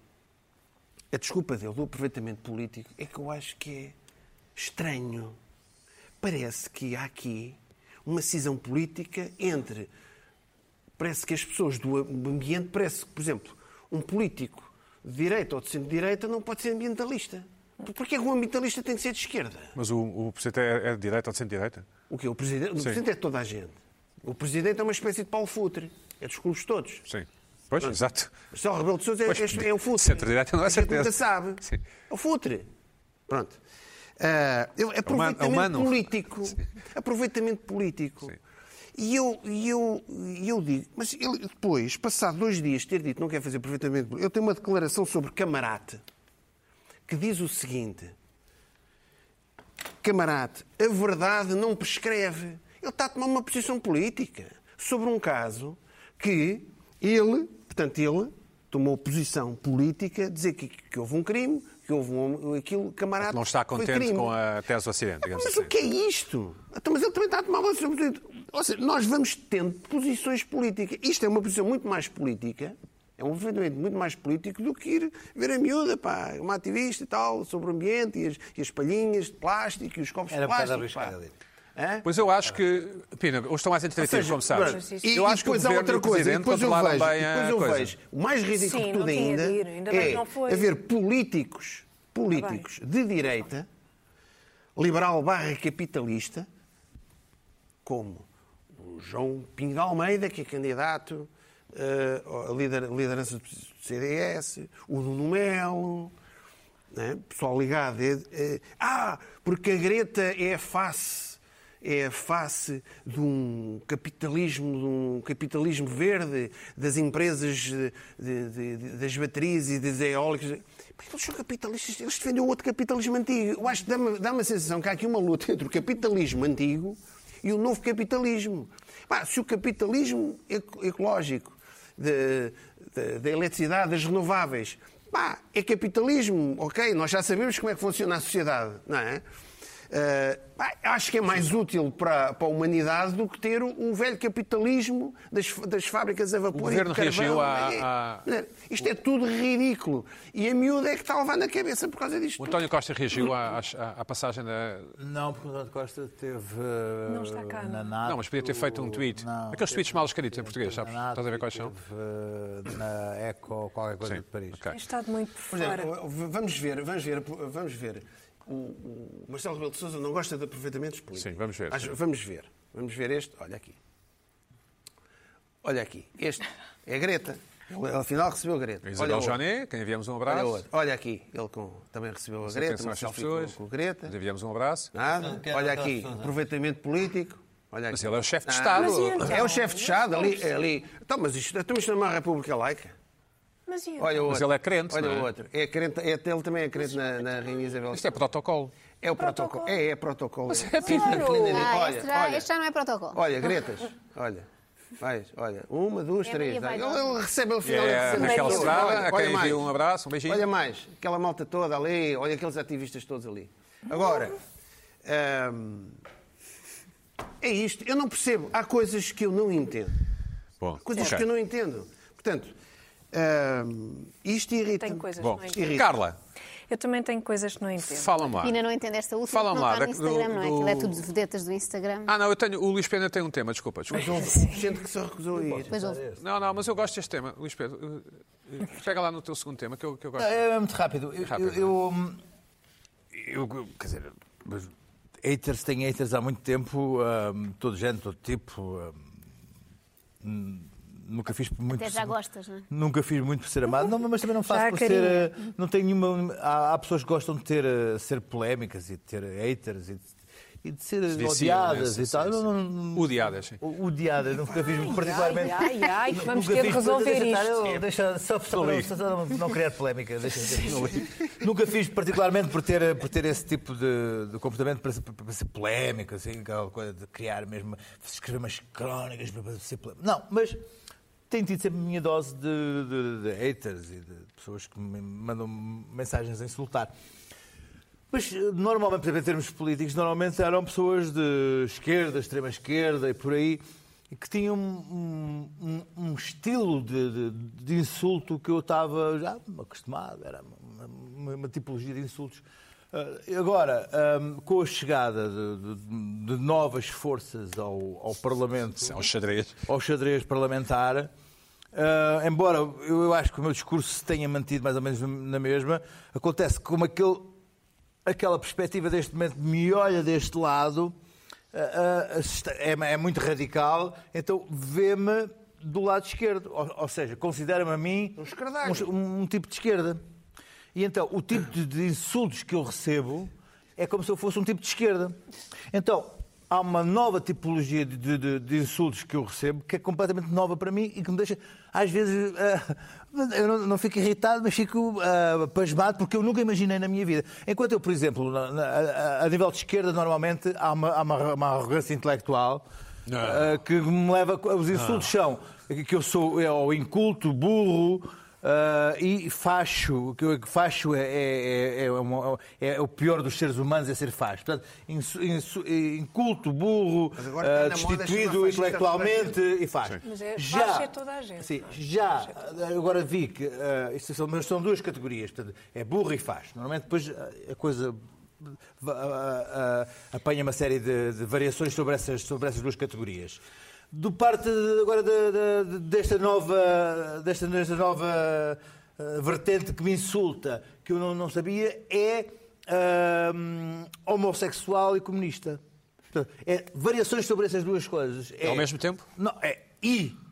[SPEAKER 3] A desculpa dele do aproveitamento político é que eu acho que é estranho. Parece que há aqui uma cisão política entre. Parece que as pessoas do ambiente, parece que, por exemplo, um político de direita ou de centro-direita não pode ser ambientalista. Porquê que um ambientalista tem que ser de esquerda?
[SPEAKER 1] Mas o, o Presidente é, é de direita ou de centro-direita?
[SPEAKER 3] O quê? O Presidente, o Presidente é de toda a gente. O Presidente é uma espécie de Paulo Futre. É dos clubes todos.
[SPEAKER 1] Sim. Pois, exato.
[SPEAKER 3] Marcelo Rebelo de Sousa é,
[SPEAKER 1] Pois,
[SPEAKER 3] é, é o Futre.
[SPEAKER 1] centro-direita não é
[SPEAKER 3] A gente
[SPEAKER 1] certeza.
[SPEAKER 3] nunca sabe.
[SPEAKER 1] Sim.
[SPEAKER 3] É o Futre. Pronto. Ah, eu- aproveitamento
[SPEAKER 1] é humano.
[SPEAKER 3] político. Aproveitamento político.
[SPEAKER 1] Sim.
[SPEAKER 3] E eu, e, eu, e eu digo, mas ele depois, passado dois dias de ter dito que não quer fazer aproveitamento político, eu tenho uma declaração sobre Camarate que diz o seguinte: Camarate, a verdade não prescreve. Ele está a tomar uma posição política sobre um caso que ele, portanto, ele tomou posição política, dizer que, que houve um crime, que houve um, aquilo, Camarate.
[SPEAKER 1] Não está
[SPEAKER 3] foi
[SPEAKER 1] contente
[SPEAKER 3] crime.
[SPEAKER 1] com a tese do acidente, digamos
[SPEAKER 3] Mas
[SPEAKER 1] assim.
[SPEAKER 3] o que é isto? Então, mas ele também está a tomar uma posição política. Ou seja, nós vamos tendo posições políticas. Isto é uma posição muito mais política, é um movimento muito mais político do que ir ver a miúda, pá, uma ativista e tal, sobre o ambiente e as, e as palhinhas de plástico e os copos
[SPEAKER 5] Era
[SPEAKER 3] de
[SPEAKER 5] um bocado
[SPEAKER 3] plástico.
[SPEAKER 5] arriscado
[SPEAKER 3] pá.
[SPEAKER 5] ali.
[SPEAKER 3] Hã?
[SPEAKER 1] Pois eu acho que, Pina, hoje estão mais interventivos, como sabes.
[SPEAKER 3] pronto, E,
[SPEAKER 1] eu
[SPEAKER 3] e
[SPEAKER 1] acho que o
[SPEAKER 3] depois há
[SPEAKER 1] Governo
[SPEAKER 3] outra
[SPEAKER 1] e o
[SPEAKER 3] coisa, e
[SPEAKER 1] Presidente
[SPEAKER 3] depois eu
[SPEAKER 1] controlaram
[SPEAKER 3] vejo,
[SPEAKER 1] bem
[SPEAKER 3] depois
[SPEAKER 1] a
[SPEAKER 3] eu
[SPEAKER 1] coisa.
[SPEAKER 3] vejo, o mais ridículo
[SPEAKER 4] Sim,
[SPEAKER 3] de tudo
[SPEAKER 4] não tinha
[SPEAKER 3] ainda
[SPEAKER 4] de ir, ainda bem que
[SPEAKER 3] é
[SPEAKER 4] não foi.
[SPEAKER 3] haver políticos, políticos de direita, liberal barra capitalista, como o João Pinho de Almeida, que é candidato eh, à lider- liderança do C D S, o Nuno Melo, né? Pessoal ligado. É, é, ah, porque a Greta é a face, é a face de um capitalismo, de um capitalismo verde, das empresas, de, de, de, das baterias e das eólicas. Eles são capitalistas, eles defendem o outro capitalismo antigo. Eu acho que dá-me dá a sensação que há aqui uma luta entre o capitalismo antigo e o novo capitalismo. Pá, se o capitalismo ecológico, da eletricidade, das renováveis, pá, é capitalismo, ok, nós já sabemos como é que funciona a sociedade, não é? Uh, pá, acho que é mais útil para, para a humanidade do que ter o, o velho capitalismo das, das fábricas a vapor.
[SPEAKER 1] O governo
[SPEAKER 3] e de
[SPEAKER 1] reagiu
[SPEAKER 3] carvão.
[SPEAKER 1] à...
[SPEAKER 3] É, isto é tudo ridículo. E a miúda é que está a levar na cabeça por causa disto.
[SPEAKER 1] O António Costa reagiu à, à, à passagem da...
[SPEAKER 5] Não, porque o António Costa teve
[SPEAKER 4] Não está cá,
[SPEAKER 5] na
[SPEAKER 4] não.
[SPEAKER 5] NATO...
[SPEAKER 1] Não, mas podia ter feito um tweet.
[SPEAKER 5] Não,
[SPEAKER 1] Aqueles tweets mal escritos em português,
[SPEAKER 5] teve
[SPEAKER 1] sabes?
[SPEAKER 5] na NATO,
[SPEAKER 1] Estás a ver quais são?
[SPEAKER 5] Teve na Eco, qualquer coisa
[SPEAKER 1] Sim,
[SPEAKER 5] de Paris.
[SPEAKER 1] ok.
[SPEAKER 4] Tem estado muito por
[SPEAKER 3] Por
[SPEAKER 4] fora.
[SPEAKER 3] exemplo, vamos ver, vamos ver, vamos ver. O, o Marcelo Rebelo de Sousa não gosta de aproveitamentos políticos.
[SPEAKER 1] Sim, vamos ver.
[SPEAKER 3] Acho- vamos ver. Vamos ver este. Olha aqui. Olha aqui. Este é a Greta. Ele, afinal, recebeu a Greta.
[SPEAKER 1] A
[SPEAKER 3] Olha
[SPEAKER 1] Isabel
[SPEAKER 3] o outro.
[SPEAKER 1] Jané, quem enviamos um
[SPEAKER 3] Olha,
[SPEAKER 1] abraço.
[SPEAKER 3] o outro. Olha aqui. Ele com- também recebeu a
[SPEAKER 1] Não sei quem
[SPEAKER 3] Greta.
[SPEAKER 1] são
[SPEAKER 3] Uma
[SPEAKER 1] estas
[SPEAKER 3] selfie com,
[SPEAKER 1] pessoas.
[SPEAKER 3] com a Greta.
[SPEAKER 1] Nós enviamos um abraço.
[SPEAKER 3] Nada.
[SPEAKER 5] Quero
[SPEAKER 3] Olha
[SPEAKER 5] aquela
[SPEAKER 3] aqui.
[SPEAKER 5] pessoa.
[SPEAKER 3] Aproveitamento político. Olha aqui.
[SPEAKER 1] Mas ele é o chefe de
[SPEAKER 3] Ah,
[SPEAKER 1] Estado.
[SPEAKER 4] Mas e então?
[SPEAKER 3] É o chefe de Estado. Ali. ali. Então, mas isto, então isto não é uma república laica.
[SPEAKER 4] Mas e
[SPEAKER 3] Olha o
[SPEAKER 1] Mas
[SPEAKER 3] outro.
[SPEAKER 1] ele é crente,
[SPEAKER 3] Olha
[SPEAKER 1] não é?
[SPEAKER 3] o outro. É crente, é, ele também é crente na, na Rainha Isabel.
[SPEAKER 1] Isto é protocolo.
[SPEAKER 3] É o protocolo. É, é protocolo.
[SPEAKER 1] Mas é
[SPEAKER 3] Sim,
[SPEAKER 4] claro.
[SPEAKER 3] lindamente.
[SPEAKER 2] Ah,
[SPEAKER 3] Olha,
[SPEAKER 2] este, já,
[SPEAKER 3] olha,
[SPEAKER 2] este já não é protocolo.
[SPEAKER 3] olha, Gretas, olha. Vais, olha, uma, duas,
[SPEAKER 2] É
[SPEAKER 3] três.
[SPEAKER 2] Maria
[SPEAKER 3] Ele,
[SPEAKER 2] Vaidosa.
[SPEAKER 3] ele recebe ao final.
[SPEAKER 1] É
[SPEAKER 3] ele
[SPEAKER 1] a
[SPEAKER 3] recebe
[SPEAKER 1] Raquel
[SPEAKER 3] as pessoas.
[SPEAKER 1] Estrada,
[SPEAKER 3] Olha,
[SPEAKER 1] a
[SPEAKER 3] olha
[SPEAKER 1] quem
[SPEAKER 3] mais.
[SPEAKER 1] envia um abraço, um beijinho.
[SPEAKER 3] Olha mais, aquela malta toda ali, olha aqueles ativistas todos ali. Agora, hum, é isto. Eu não percebo. Há coisas que eu não entendo.
[SPEAKER 1] Bom,
[SPEAKER 3] Coisas
[SPEAKER 1] ok.
[SPEAKER 3] que eu não entendo. Portanto, hum, isto irrita.
[SPEAKER 4] Tenho coisas
[SPEAKER 1] Bom,
[SPEAKER 4] que não entendo.
[SPEAKER 3] irrita.
[SPEAKER 1] Carla,
[SPEAKER 4] Eu também tenho coisas que não entendo.
[SPEAKER 1] fala-me lá.
[SPEAKER 2] E ainda não entende esta última,
[SPEAKER 1] Fala-me
[SPEAKER 2] não
[SPEAKER 1] lá,
[SPEAKER 2] está no
[SPEAKER 1] da-
[SPEAKER 2] Instagram,
[SPEAKER 1] do-
[SPEAKER 2] não é?
[SPEAKER 1] do-
[SPEAKER 2] Aquilo é tudo de vedetas do Instagram.
[SPEAKER 1] Ah, não, eu tenho. O Luís Pena tem um tema, desculpa. desculpa.
[SPEAKER 3] Mas houve gente que se recusou a ir.
[SPEAKER 2] Depois houve.
[SPEAKER 1] Não, não, mas eu gosto deste tema. Luís Pedro, eh, eh, pega lá no teu segundo tema, que eu, que eu gosto.
[SPEAKER 5] É muito rápido. Eu,
[SPEAKER 1] Rápido,
[SPEAKER 5] eu, eu- eu- quer dizer, mas haters têm haters há muito tempo, hum, todo género, todo tipo. hum, nunca fiz muito.
[SPEAKER 2] Até já gostas, não é?
[SPEAKER 5] Nunca fiz muito por ser amado, não, mas também não faço
[SPEAKER 4] Já a
[SPEAKER 5] por
[SPEAKER 4] carinha.
[SPEAKER 5] ser. eh, Não tenho nenhuma. Há, há pessoas que gostam de ter eh, ser polémicas e de ter haters e de, e de ser
[SPEAKER 1] Viciam,
[SPEAKER 5] odiadas
[SPEAKER 1] né?
[SPEAKER 5] e tal.
[SPEAKER 1] Sim, sim.
[SPEAKER 5] Não, não, não-
[SPEAKER 1] Odiadas, sim.
[SPEAKER 5] Odiadas, nunca fiz particularmente.
[SPEAKER 4] Ai, ai, ai, que vamos
[SPEAKER 5] Nunca
[SPEAKER 4] ter de
[SPEAKER 5] fiz-
[SPEAKER 4] resolver
[SPEAKER 5] deixa estar,
[SPEAKER 4] isto.
[SPEAKER 5] eu- Deixa só, só para só para não, não criar polémica. Deixa, deixa, nunca fiz particularmente por ter, por ter esse tipo de, de comportamento para ser, para ser polémico, assim, aquela coisa de criar mesmo, escrever umas crónicas para ser polémico. Não, mas tenho tido sempre a minha dose de, de, de haters e de pessoas que me mandam mensagens a insultar. Mas, normalmente, por exemplo, em termos políticos, normalmente eram pessoas de esquerda, extrema-esquerda e por aí, e que tinham um, um- um estilo de, de- de insulto que eu estava já acostumado, era uma, uma- uma tipologia de insultos. Ah, agora, ah, com a chegada de, de- de novas forças ao, ao Parlamento,
[SPEAKER 1] Ao xadrez.
[SPEAKER 5] ao xadrez parlamentar, ah, embora eu, eu acho que o meu discurso se tenha mantido mais ou menos na mesma, acontece que como aquele, aquela perspectiva deste momento me olha deste lado, ah, ah, está- é, é muito radical, então vê-me do lado esquerdo, ou, ou seja, considera-me a mim
[SPEAKER 3] Um esquerdalho.
[SPEAKER 5] um, um tipo de esquerda. E então, o tipo de, de insultos que eu recebo é como se eu fosse um tipo de esquerda. Então, há uma nova tipologia de, de- de- de insultos que eu recebo que é completamente nova para mim e que me deixa, às vezes, ah, eu não, não fico irritado, mas fico ah, pasmado porque eu nunca imaginei na minha vida. Enquanto eu, por exemplo, na- na- a, a nível de esquerda, normalmente há uma, há uma, uma arrogância intelectual ah, que me leva. Os insultos são que eu sou é, ou inculto, burro. ah, e facho, que eu- que facho é, é, é, é uma- é o pior dos seres humanos, é ser facho. Portanto, insu- insu- inculto, burro,
[SPEAKER 3] Mas agora está
[SPEAKER 5] ah,
[SPEAKER 3] na moda
[SPEAKER 5] destituído
[SPEAKER 3] chamar fascista
[SPEAKER 5] intelectualmente e facho.
[SPEAKER 4] Mas é- facho é toda a gente.
[SPEAKER 5] Sim, já, agora vi que ah, isto são, mas são duas categorias, portanto, é burro e facho. Normalmente depois ah, a coisa va- ah, ah, apanha uma série de, de variações sobre essas, sobre essas duas categorias. Do parte de- agora de- de- desta nova, desta, desta nova ah, vertente que me insulta, que eu não, não sabia, é ah, homossexual e comunista. Portanto, é variações sobre essas duas coisas. É,
[SPEAKER 1] Ao mesmo tempo?
[SPEAKER 5] Não, é e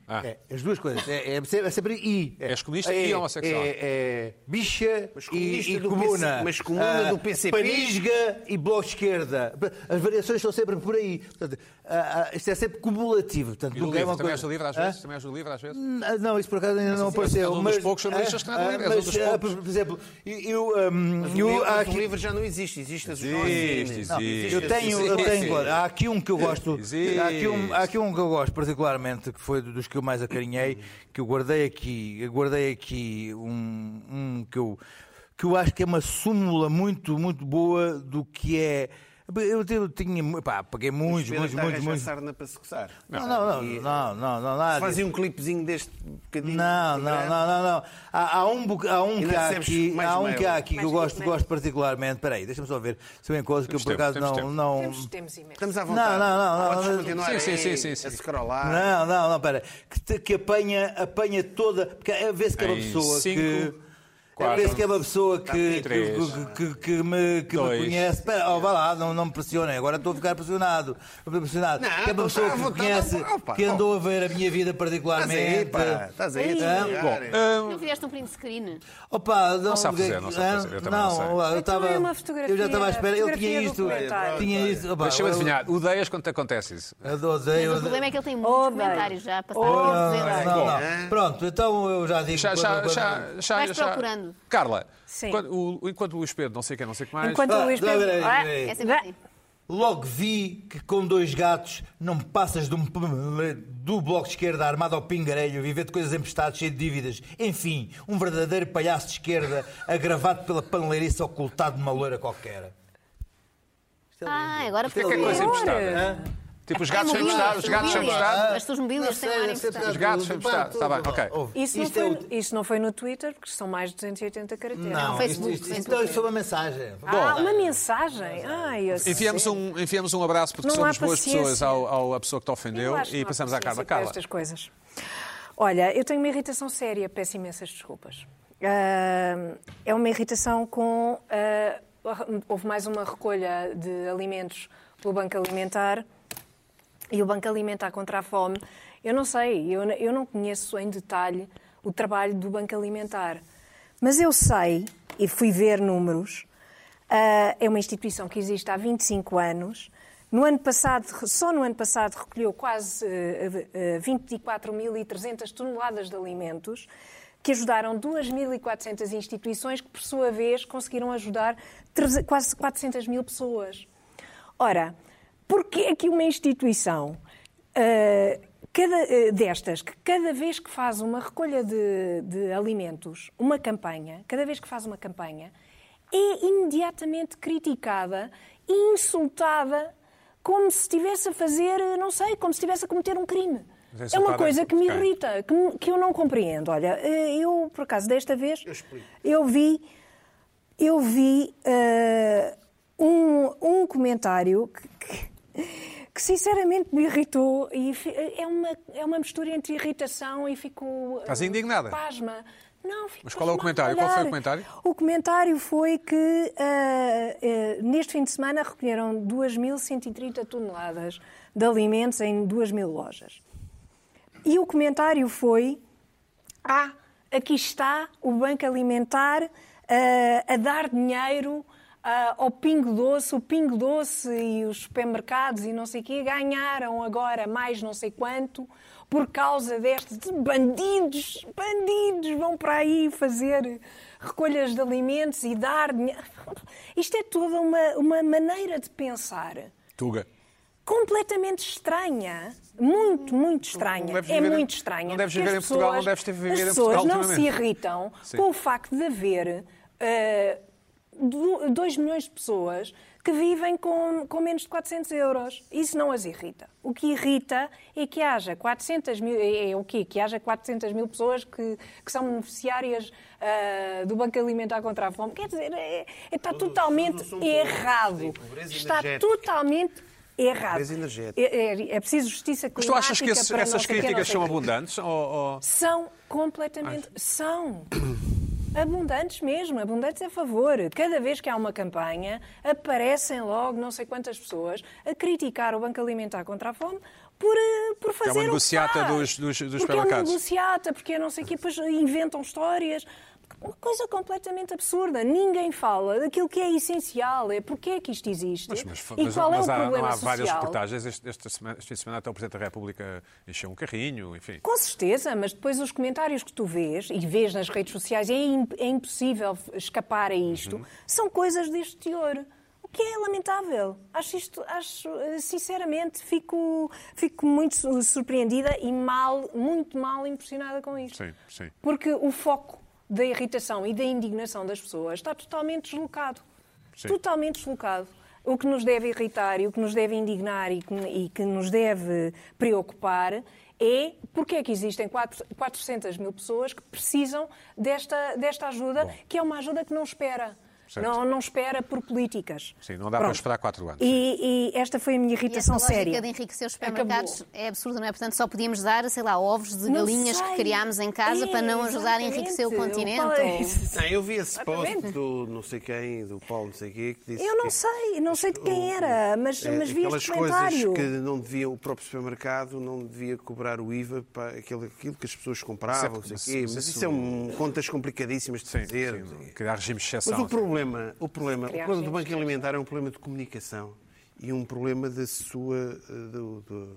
[SPEAKER 1] Ah.
[SPEAKER 5] É, as duas coisas. É, é, sempre- é sempre I. É,
[SPEAKER 1] És comunista
[SPEAKER 5] é,
[SPEAKER 1] e homossexual.
[SPEAKER 5] É, é bicha
[SPEAKER 3] Mas
[SPEAKER 5] e,
[SPEAKER 3] comunista
[SPEAKER 5] e
[SPEAKER 3] do
[SPEAKER 5] comuna.
[SPEAKER 3] P C, mas comuna
[SPEAKER 5] Ah,
[SPEAKER 3] do P C P.
[SPEAKER 5] Panisga e bloco de esquerda. As variações são sempre por aí. Portanto, ah, ah, isto é sempre cumulativo. Portanto,
[SPEAKER 1] E do
[SPEAKER 5] nunca é
[SPEAKER 1] livro,
[SPEAKER 5] uma
[SPEAKER 1] também
[SPEAKER 5] coisa-
[SPEAKER 1] és do livro às
[SPEAKER 5] Hã?
[SPEAKER 1] vezes? Também és do livro às vezes?
[SPEAKER 5] Ah, Não, isso por acaso ainda não
[SPEAKER 1] és
[SPEAKER 5] apareceu.
[SPEAKER 1] um dos
[SPEAKER 5] mas,
[SPEAKER 1] poucos jornalistas que não é do livro, és um
[SPEAKER 5] mas,
[SPEAKER 1] dos
[SPEAKER 5] ah,
[SPEAKER 1] poucos.
[SPEAKER 5] por exemplo, eu, um,
[SPEAKER 3] Mas o
[SPEAKER 5] eu,
[SPEAKER 3] livro-
[SPEAKER 5] há
[SPEAKER 3] mas
[SPEAKER 5] aqui-
[SPEAKER 3] o livro já não existe, existe as
[SPEAKER 1] Existe,
[SPEAKER 3] Não,
[SPEAKER 1] existe.
[SPEAKER 5] eu tenho, eu tenho, há aqui um que eu gosto,
[SPEAKER 1] Existe.
[SPEAKER 5] há aqui, um, há aqui um que eu gosto particularmente, que foi dos que eu mais acarinhei, que eu guardei aqui, eu guardei aqui um, um que, eu, que eu acho que é uma súmula muito, muito boa do que é. Eu, eu tinha, pá, paguei muitos, muitos, muitos, muitos.
[SPEAKER 3] sarna para se coçar.
[SPEAKER 5] Não, não, não,
[SPEAKER 3] E
[SPEAKER 5] não, não, não, nada disso.
[SPEAKER 3] Fazia um clipezinho deste bocadinho.
[SPEAKER 5] Não,
[SPEAKER 3] de
[SPEAKER 5] não,
[SPEAKER 3] programa.
[SPEAKER 5] não, não, não. Há, há um, boca- há um
[SPEAKER 3] Ainda
[SPEAKER 5] que há
[SPEAKER 3] recebes
[SPEAKER 5] aqui,
[SPEAKER 3] mais
[SPEAKER 5] há um
[SPEAKER 3] mail.
[SPEAKER 5] que há aqui que eu
[SPEAKER 4] Mais
[SPEAKER 5] gosto,
[SPEAKER 4] mail.
[SPEAKER 5] gosto particularmente. Espera aí, deixa-me só ver se eu encontro, que eu
[SPEAKER 1] Temos
[SPEAKER 5] por
[SPEAKER 1] tempo,
[SPEAKER 5] acaso
[SPEAKER 1] temos
[SPEAKER 5] não,
[SPEAKER 1] tempo.
[SPEAKER 5] não,
[SPEAKER 4] Temos, temos imenso.
[SPEAKER 3] Estamos à vontade.
[SPEAKER 5] Não, não, não, não,
[SPEAKER 3] Podes
[SPEAKER 5] não.
[SPEAKER 3] continuar
[SPEAKER 1] Sim, sim,
[SPEAKER 3] aí
[SPEAKER 1] sim, sim, sim.
[SPEAKER 3] a scrollar.
[SPEAKER 5] Não, não, não, espera. Que, te- que apanha, apanha toda. Porque é vê-se que é uma
[SPEAKER 1] Em
[SPEAKER 5] pessoa
[SPEAKER 1] cinco,
[SPEAKER 5] que.
[SPEAKER 1] quatro,
[SPEAKER 5] Vê-se que é uma pessoa que, que,
[SPEAKER 1] três,
[SPEAKER 5] que, que, que me, que me
[SPEAKER 1] dois.
[SPEAKER 5] conhece. Espera, oh, vá lá, não, não me pressionem. Agora estou a ficar pressionado. Estou pressionado.
[SPEAKER 3] Não,
[SPEAKER 5] que é uma
[SPEAKER 3] não,
[SPEAKER 5] pessoa
[SPEAKER 3] tá à
[SPEAKER 5] que me
[SPEAKER 3] vontade.
[SPEAKER 5] conhece,
[SPEAKER 3] Opa,
[SPEAKER 5] que andou a ver a minha vida
[SPEAKER 3] Estás aí,
[SPEAKER 5] particularmente.
[SPEAKER 3] pá. Estás aí.
[SPEAKER 2] Ei.
[SPEAKER 3] Bom,
[SPEAKER 2] Não fizeste um print screen?
[SPEAKER 5] Opa, não,
[SPEAKER 1] sabe fazer, não sabe fazer, eu também não sei.
[SPEAKER 5] eu
[SPEAKER 4] Então
[SPEAKER 5] estava,
[SPEAKER 4] é uma
[SPEAKER 5] eu
[SPEAKER 4] fotografia-
[SPEAKER 5] já estava à espera. Ele
[SPEAKER 4] fotografia
[SPEAKER 5] tinha isto,
[SPEAKER 4] documentário.
[SPEAKER 5] tinha isto. Opa,
[SPEAKER 1] Deixa-me
[SPEAKER 5] eu-
[SPEAKER 1] adivinhar, odeias quando te acontece isso.
[SPEAKER 5] eu odeio,
[SPEAKER 2] Mas o
[SPEAKER 5] odeio.
[SPEAKER 2] problema é que ele tem muitos
[SPEAKER 4] Odeio.
[SPEAKER 2] comentários já. Passaram
[SPEAKER 4] Odeio.
[SPEAKER 5] Não,
[SPEAKER 2] dezenas.
[SPEAKER 5] não, não.
[SPEAKER 3] Hã?
[SPEAKER 5] Pronto, então eu já digo.
[SPEAKER 1] Já, já,
[SPEAKER 5] quando-
[SPEAKER 1] já,
[SPEAKER 5] quando-
[SPEAKER 1] já,
[SPEAKER 2] Vais
[SPEAKER 1] já-
[SPEAKER 2] procurando.
[SPEAKER 1] Carla,
[SPEAKER 4] Sim.
[SPEAKER 1] quando, o, enquanto o Luís Pedro não sei o que, não sei o que mais.
[SPEAKER 4] Enquanto
[SPEAKER 5] Ah,
[SPEAKER 4] o Luís
[SPEAKER 5] não,
[SPEAKER 4] Pedro...
[SPEAKER 5] peraí,
[SPEAKER 4] Ah,
[SPEAKER 5] peraí.
[SPEAKER 2] É sempre assim.
[SPEAKER 5] Logo vi que com dois gatos não passas de um p- do bloco de esquerda armado ao pingarelho, viver de coisas emprestadas, cheio de dívidas. Enfim, um verdadeiro palhaço de esquerda, agravado pela paneleirice ocultado numa loira qualquer.
[SPEAKER 2] Ah, agora
[SPEAKER 1] O que é que é coisa emprestada?
[SPEAKER 5] Hã?
[SPEAKER 1] Tipo, os
[SPEAKER 2] É
[SPEAKER 1] gatos são
[SPEAKER 2] mobília,
[SPEAKER 1] emprestados, os gatos são
[SPEAKER 2] mobília.
[SPEAKER 1] emprestados.
[SPEAKER 2] As tuas mobílias têm um ar emprestado.
[SPEAKER 1] Os gatos são emprestados, está bem, ok.
[SPEAKER 4] Isso não,
[SPEAKER 5] Isto é
[SPEAKER 4] foi,
[SPEAKER 5] o-
[SPEAKER 4] isso não foi no Twitter, porque são mais de duzentos e oitenta caracteres.
[SPEAKER 5] Não,
[SPEAKER 2] Facebook,
[SPEAKER 5] isto, isto,
[SPEAKER 2] Facebook.
[SPEAKER 5] isto foi uma mensagem.
[SPEAKER 4] Ah, uma mensagem? Ai, eu sei.
[SPEAKER 1] Enviamos um, enviamos um abraço porque
[SPEAKER 4] Não
[SPEAKER 1] somos
[SPEAKER 4] há
[SPEAKER 1] boas
[SPEAKER 4] paciência.
[SPEAKER 1] pessoas ao, ao, à pessoa que te
[SPEAKER 4] Eu
[SPEAKER 1] ofendeu
[SPEAKER 4] acho que
[SPEAKER 1] e
[SPEAKER 4] não há
[SPEAKER 1] passamos à
[SPEAKER 4] paciência
[SPEAKER 1] Carla.
[SPEAKER 4] para
[SPEAKER 1] Carla.
[SPEAKER 4] estas coisas. Olha, eu tenho uma irritação séria, peço imensas desculpas. Ah, é uma irritação com... ah, houve mais uma recolha de alimentos pelo Banco Alimentar e o Banco Alimentar contra a Fome. Eu não sei, eu, eu não conheço em detalhe o trabalho do Banco Alimentar, mas eu sei, e fui ver números, ah, é uma instituição que existe há vinte e cinco anos. No ano passado, só no ano passado, recolheu quase eh, eh, vinte e quatro mil e trezentas toneladas de alimentos que ajudaram duas mil e quatrocentas instituições que, por sua vez, conseguiram ajudar treze- quase quatrocentas mil pessoas. Ora, porquê é que uma instituição eh, cada, eh, destas, que cada vez que faz uma recolha de, de alimentos, uma campanha, cada vez que faz uma campanha, é imediatamente criticada e insultada como se estivesse a fazer, não sei, como se estivesse a cometer um crime.
[SPEAKER 1] Mas
[SPEAKER 4] É uma
[SPEAKER 1] insultada
[SPEAKER 4] coisa que me
[SPEAKER 1] por quem?
[SPEAKER 4] irrita, que, me- que eu não compreendo. Olha, eh, eu, por acaso, desta vez,
[SPEAKER 3] Eu explico.
[SPEAKER 4] eu vi, eu vi eh, um, um comentário que, que, que sinceramente me irritou e fi- é uma, é uma mistura entre irritação e fico... eh,
[SPEAKER 1] Estás indignada?
[SPEAKER 4] Pasma. Não, fico
[SPEAKER 1] Mas qual é o
[SPEAKER 4] pasmada
[SPEAKER 1] comentário?
[SPEAKER 4] a
[SPEAKER 1] Qual foi o
[SPEAKER 4] olhar.
[SPEAKER 1] comentário?
[SPEAKER 4] O comentário foi que ah, ah, neste fim de semana recolheram duas mil cento e trinta toneladas de alimentos em duas mil lojas. E o comentário foi: ah, aqui está o Banco Alimentar ah, a dar dinheiro ah, ao Pingo Doce. O Pingo Doce e os supermercados e não sei o quê ganharam agora mais não sei quanto por causa destes bandidos. Bandidos vão para aí fazer recolhas de alimentos e dar dinheiro. Isto é toda uma, uma maneira de pensar
[SPEAKER 1] Tuga.
[SPEAKER 4] completamente estranha. Muito, muito estranha.
[SPEAKER 1] Não deves
[SPEAKER 4] É
[SPEAKER 1] viver em-
[SPEAKER 4] muito estranha.
[SPEAKER 1] não deves
[SPEAKER 4] porque
[SPEAKER 1] viver
[SPEAKER 4] as
[SPEAKER 1] em Portugal, não
[SPEAKER 4] pessoas-
[SPEAKER 1] deves ter vivido
[SPEAKER 4] As
[SPEAKER 1] em
[SPEAKER 4] pessoas
[SPEAKER 1] Portugal
[SPEAKER 4] não se
[SPEAKER 1] ultimamente.
[SPEAKER 4] irritam
[SPEAKER 1] Sim.
[SPEAKER 4] com o facto de haver dois milhões de pessoas que vivem com, com menos de quatrocentos euros. Isso não as irrita. O que irrita é que haja quatrocentas mil, é, é o quê? Que haja quatrocentas mil pessoas que, que são beneficiárias ah, do Banco Alimentar contra a Fome. Quer dizer, é, é- está totalmente
[SPEAKER 3] todos são pobres.
[SPEAKER 4] errado.
[SPEAKER 3] Sim, pobreza
[SPEAKER 4] Está
[SPEAKER 3] energética.
[SPEAKER 4] totalmente errado.
[SPEAKER 3] Pobreza energética.
[SPEAKER 4] É, é- é preciso justiça
[SPEAKER 1] Mas
[SPEAKER 4] climática.
[SPEAKER 1] tu achas que esse-
[SPEAKER 4] para
[SPEAKER 1] essas
[SPEAKER 4] não sei quê,
[SPEAKER 1] críticas
[SPEAKER 4] não sei
[SPEAKER 1] são
[SPEAKER 4] quê.
[SPEAKER 1] abundantes? Ou, ou-
[SPEAKER 4] São completamente... São. Abundantes mesmo, abundantes a favor. Cada vez que há uma campanha, aparecem logo não sei quantas pessoas a criticar o Banco Alimentar contra a Fome por, por fazer
[SPEAKER 1] é uma
[SPEAKER 4] o que
[SPEAKER 1] negociata
[SPEAKER 4] faz.
[SPEAKER 1] dos, dos, dos
[SPEAKER 4] porque
[SPEAKER 1] supermercados.
[SPEAKER 4] é uma negociata, porque é não sei o quê, depois inventam histórias. Uma coisa completamente absurda. Ninguém fala daquilo que é essencial, é porque é que isto existe
[SPEAKER 1] Mas, mas,
[SPEAKER 4] e
[SPEAKER 1] mas,
[SPEAKER 4] qual
[SPEAKER 1] mas
[SPEAKER 4] é o
[SPEAKER 1] há,
[SPEAKER 4] problema
[SPEAKER 1] não há
[SPEAKER 4] social.
[SPEAKER 1] várias reportagens. Este, esta semana, esta semana até o Presidente da República encheu um carrinho, enfim.
[SPEAKER 4] Com certeza, mas depois os comentários que tu vês, e vês nas redes sociais, é, im- é impossível escapar a isto,
[SPEAKER 1] Uhum.
[SPEAKER 4] são coisas deste teor. O que é lamentável. Acho isto, acho, eh, sinceramente, fico, fico muito su- surpreendida e mal, muito mal impressionada com isto.
[SPEAKER 1] Sim, sim.
[SPEAKER 4] Porque o foco da irritação e da indignação das pessoas está totalmente deslocado.
[SPEAKER 1] Sim.
[SPEAKER 4] Totalmente deslocado. O que nos deve irritar e o que nos deve indignar e que, e que nos deve preocupar é porque é que existem quatro- quatrocentas mil pessoas que precisam desta, desta ajuda,
[SPEAKER 1] Bom.
[SPEAKER 4] que é uma ajuda que não espera.
[SPEAKER 1] Certo.
[SPEAKER 4] Não, não espera por políticas.
[SPEAKER 1] Sim, não dá para
[SPEAKER 4] Pronto.
[SPEAKER 1] esperar quatro anos.
[SPEAKER 4] E, e esta foi a minha
[SPEAKER 2] E essa
[SPEAKER 4] irritação
[SPEAKER 2] lógica
[SPEAKER 4] séria.
[SPEAKER 2] de enriquecer os supermercados
[SPEAKER 4] Acabou.
[SPEAKER 2] é absurda, não é? Portanto, só podíamos dar, sei lá, ovos de
[SPEAKER 4] Não
[SPEAKER 2] galinhas
[SPEAKER 4] sei.
[SPEAKER 2] que criámos em casa
[SPEAKER 4] É,
[SPEAKER 2] para não ajudar a enriquecer o
[SPEAKER 4] exatamente.
[SPEAKER 2] continente.
[SPEAKER 4] Qual é
[SPEAKER 2] ou-
[SPEAKER 4] isso?
[SPEAKER 3] Não, eu vi esse post
[SPEAKER 4] Exatamente.
[SPEAKER 3] do não sei quem, do Paulo não sei quê, que disse
[SPEAKER 4] Eu não
[SPEAKER 3] que-
[SPEAKER 4] sei, não sei de quem era, mas,
[SPEAKER 3] É,
[SPEAKER 4] mas vi
[SPEAKER 3] aquelas
[SPEAKER 4] este
[SPEAKER 3] coisas
[SPEAKER 4] comentário.
[SPEAKER 3] que não devia, o próprio supermercado não devia cobrar o I V A para aquilo, aquilo que as pessoas compravam, não sei
[SPEAKER 1] Mas-
[SPEAKER 3] o quê.
[SPEAKER 1] mas
[SPEAKER 3] Mas
[SPEAKER 1] isso-
[SPEAKER 3] isso é um, contas complicadíssimo de
[SPEAKER 1] Sim,
[SPEAKER 3] fazer.
[SPEAKER 1] sim, criar regime de
[SPEAKER 3] Mas
[SPEAKER 1] exceção.
[SPEAKER 3] o problema, o problema, o
[SPEAKER 4] Criar
[SPEAKER 3] problema do
[SPEAKER 4] regimes
[SPEAKER 3] Banco Alimentar é um problema de comunicação e um problema da sua eh, do, do,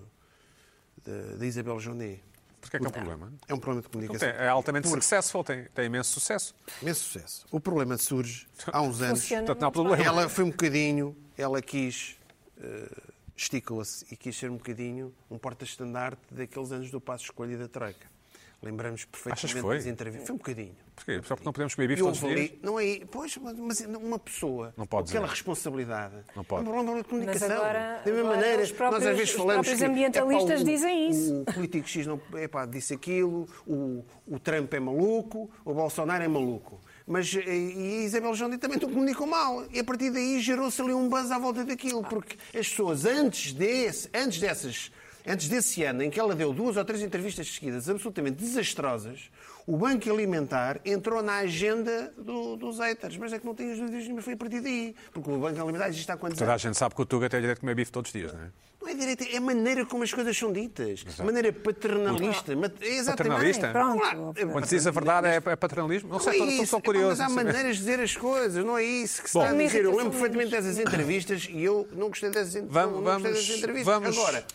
[SPEAKER 3] da, da Isabel Jonet.
[SPEAKER 1] Porquê é que é um problema?
[SPEAKER 3] É um problema de comunicação.
[SPEAKER 1] Tem- é altamente
[SPEAKER 3] Porque-
[SPEAKER 1] successful, tem, tem imenso sucesso.
[SPEAKER 3] Imenso sucesso. O problema surge há uns anos.
[SPEAKER 4] Funciona
[SPEAKER 1] Portanto, não há
[SPEAKER 4] muito
[SPEAKER 1] problema.
[SPEAKER 4] bem.
[SPEAKER 3] Ela foi um bocadinho, ela quis, eh, esticou-se e quis ser um bocadinho um porta-estandarte daqueles anos do Passo Escolha e da Troika. Lembramos
[SPEAKER 1] Achas que
[SPEAKER 3] perfeitamente
[SPEAKER 1] foi?
[SPEAKER 3] das entrevistas. Foi um bocadinho.
[SPEAKER 1] Porquê? Só porque não podemos comer bife
[SPEAKER 3] E
[SPEAKER 1] todos os
[SPEAKER 3] houve
[SPEAKER 1] dias?
[SPEAKER 3] ali, não é, pois, mas mas uma pessoa
[SPEAKER 1] Não pode
[SPEAKER 3] com aquela
[SPEAKER 1] dizer.
[SPEAKER 3] responsabilidade
[SPEAKER 1] Não pode.
[SPEAKER 3] é um problema de comunicação.
[SPEAKER 4] Mas agora-
[SPEAKER 3] da mesma
[SPEAKER 4] agora
[SPEAKER 3] maneira,
[SPEAKER 4] os próprios-
[SPEAKER 3] nós às vezes
[SPEAKER 4] os
[SPEAKER 3] falamos
[SPEAKER 4] próprios
[SPEAKER 3] que,
[SPEAKER 4] ambientalistas
[SPEAKER 3] epá, o-
[SPEAKER 4] dizem isso.
[SPEAKER 3] O político X não, epá, disse aquilo, o, o Trump é maluco, o Bolsonaro é maluco. Mas e a Isabel Jonet também não comunicou mal. E a partir daí gerou-se ali um buzz à volta daquilo. Porque as pessoas, antes, desse, antes, dessas, antes desse ano, em que ela deu duas ou três entrevistas seguidas absolutamente desastrosas, o Banco Alimentar entrou na agenda do, dos haters. Mas é que não tenho as dúvidas nenhuma, foi a partir daí. Porque o Banco Alimentar existe há quantos
[SPEAKER 1] Toda a
[SPEAKER 3] anos?
[SPEAKER 1] gente sabe que o Tuga tem direito de comer bife todos os dias, não é?
[SPEAKER 3] Não é direito, é a maneira como as coisas são ditas. A maneira paternalista. mat- Exatamente.
[SPEAKER 1] Paternalista?
[SPEAKER 4] Pronto.
[SPEAKER 3] Claro, é
[SPEAKER 1] Quando se diz a verdade é, é paternalismo? Não sei,
[SPEAKER 3] não é
[SPEAKER 1] estou
[SPEAKER 3] isso.
[SPEAKER 1] só curioso.
[SPEAKER 3] Mas há
[SPEAKER 1] em saber.
[SPEAKER 3] maneiras de dizer as coisas, não é isso que se
[SPEAKER 1] Bom.
[SPEAKER 3] está a dizer. Eu lembro
[SPEAKER 4] Uma
[SPEAKER 3] perfeitamente dessas entrevistas e eu não gostei dessas, en-
[SPEAKER 1] Vamos-
[SPEAKER 3] não, não gostei
[SPEAKER 1] vamos-
[SPEAKER 3] dessas entrevistas.
[SPEAKER 1] vamos-
[SPEAKER 3] Agora,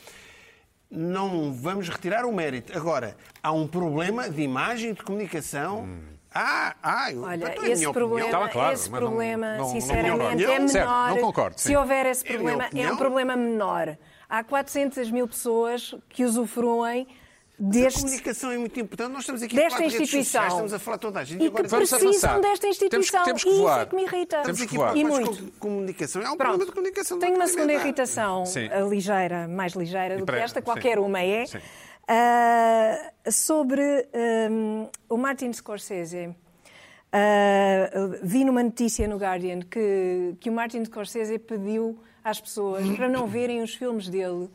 [SPEAKER 3] não vamos retirar o mérito. Agora, há um problema de imagem, de comunicação. Ah, ah, eu,
[SPEAKER 4] Olha,
[SPEAKER 3] então é a
[SPEAKER 4] esse
[SPEAKER 3] minha
[SPEAKER 4] problema,
[SPEAKER 3] opinião.
[SPEAKER 1] Estava claro,
[SPEAKER 4] esse
[SPEAKER 1] mas não-
[SPEAKER 4] problema
[SPEAKER 1] não- não
[SPEAKER 4] sinceramente,
[SPEAKER 3] concordo.
[SPEAKER 4] é menor.
[SPEAKER 1] Certo, não concordo, sim.
[SPEAKER 4] Se houver esse
[SPEAKER 3] É a minha
[SPEAKER 4] problema, é
[SPEAKER 3] opinião.
[SPEAKER 4] um problema menor. Há quatrocentas mil pessoas que usufruem
[SPEAKER 3] A
[SPEAKER 4] deste,
[SPEAKER 3] comunicação é muito importante. Nós estamos aqui
[SPEAKER 4] Desta
[SPEAKER 3] a falar de redes
[SPEAKER 4] instituição.
[SPEAKER 3] sociais, estamos a falar toda a gente.
[SPEAKER 4] e que
[SPEAKER 3] agora
[SPEAKER 1] Vamos
[SPEAKER 4] precisam
[SPEAKER 1] avançar.
[SPEAKER 4] desta
[SPEAKER 1] Temos que-
[SPEAKER 4] instituição.
[SPEAKER 1] temos que
[SPEAKER 4] e isso
[SPEAKER 1] voar.
[SPEAKER 4] é que me irrita.
[SPEAKER 1] Temos
[SPEAKER 3] estamos
[SPEAKER 1] que
[SPEAKER 3] aqui
[SPEAKER 1] voar.
[SPEAKER 3] preocupados
[SPEAKER 4] E
[SPEAKER 3] com
[SPEAKER 4] muito.
[SPEAKER 3] comunicação. É um
[SPEAKER 4] Pronto.
[SPEAKER 3] problema de comunicação.
[SPEAKER 4] Tenho
[SPEAKER 3] do
[SPEAKER 4] uma
[SPEAKER 3] Banco
[SPEAKER 4] segunda
[SPEAKER 3] Alimentar.
[SPEAKER 4] irritação,
[SPEAKER 1] Sim.
[SPEAKER 4] a ligeira, mais ligeira do que
[SPEAKER 1] para-
[SPEAKER 4] esta,
[SPEAKER 1] sim.
[SPEAKER 4] qualquer uma é,
[SPEAKER 1] Sim.
[SPEAKER 4] ah, sobre hum, o Martin Scorsese. Ah, vi numa notícia no Guardian que, que o Martin Scorsese pediu às pessoas para não verem os filmes dele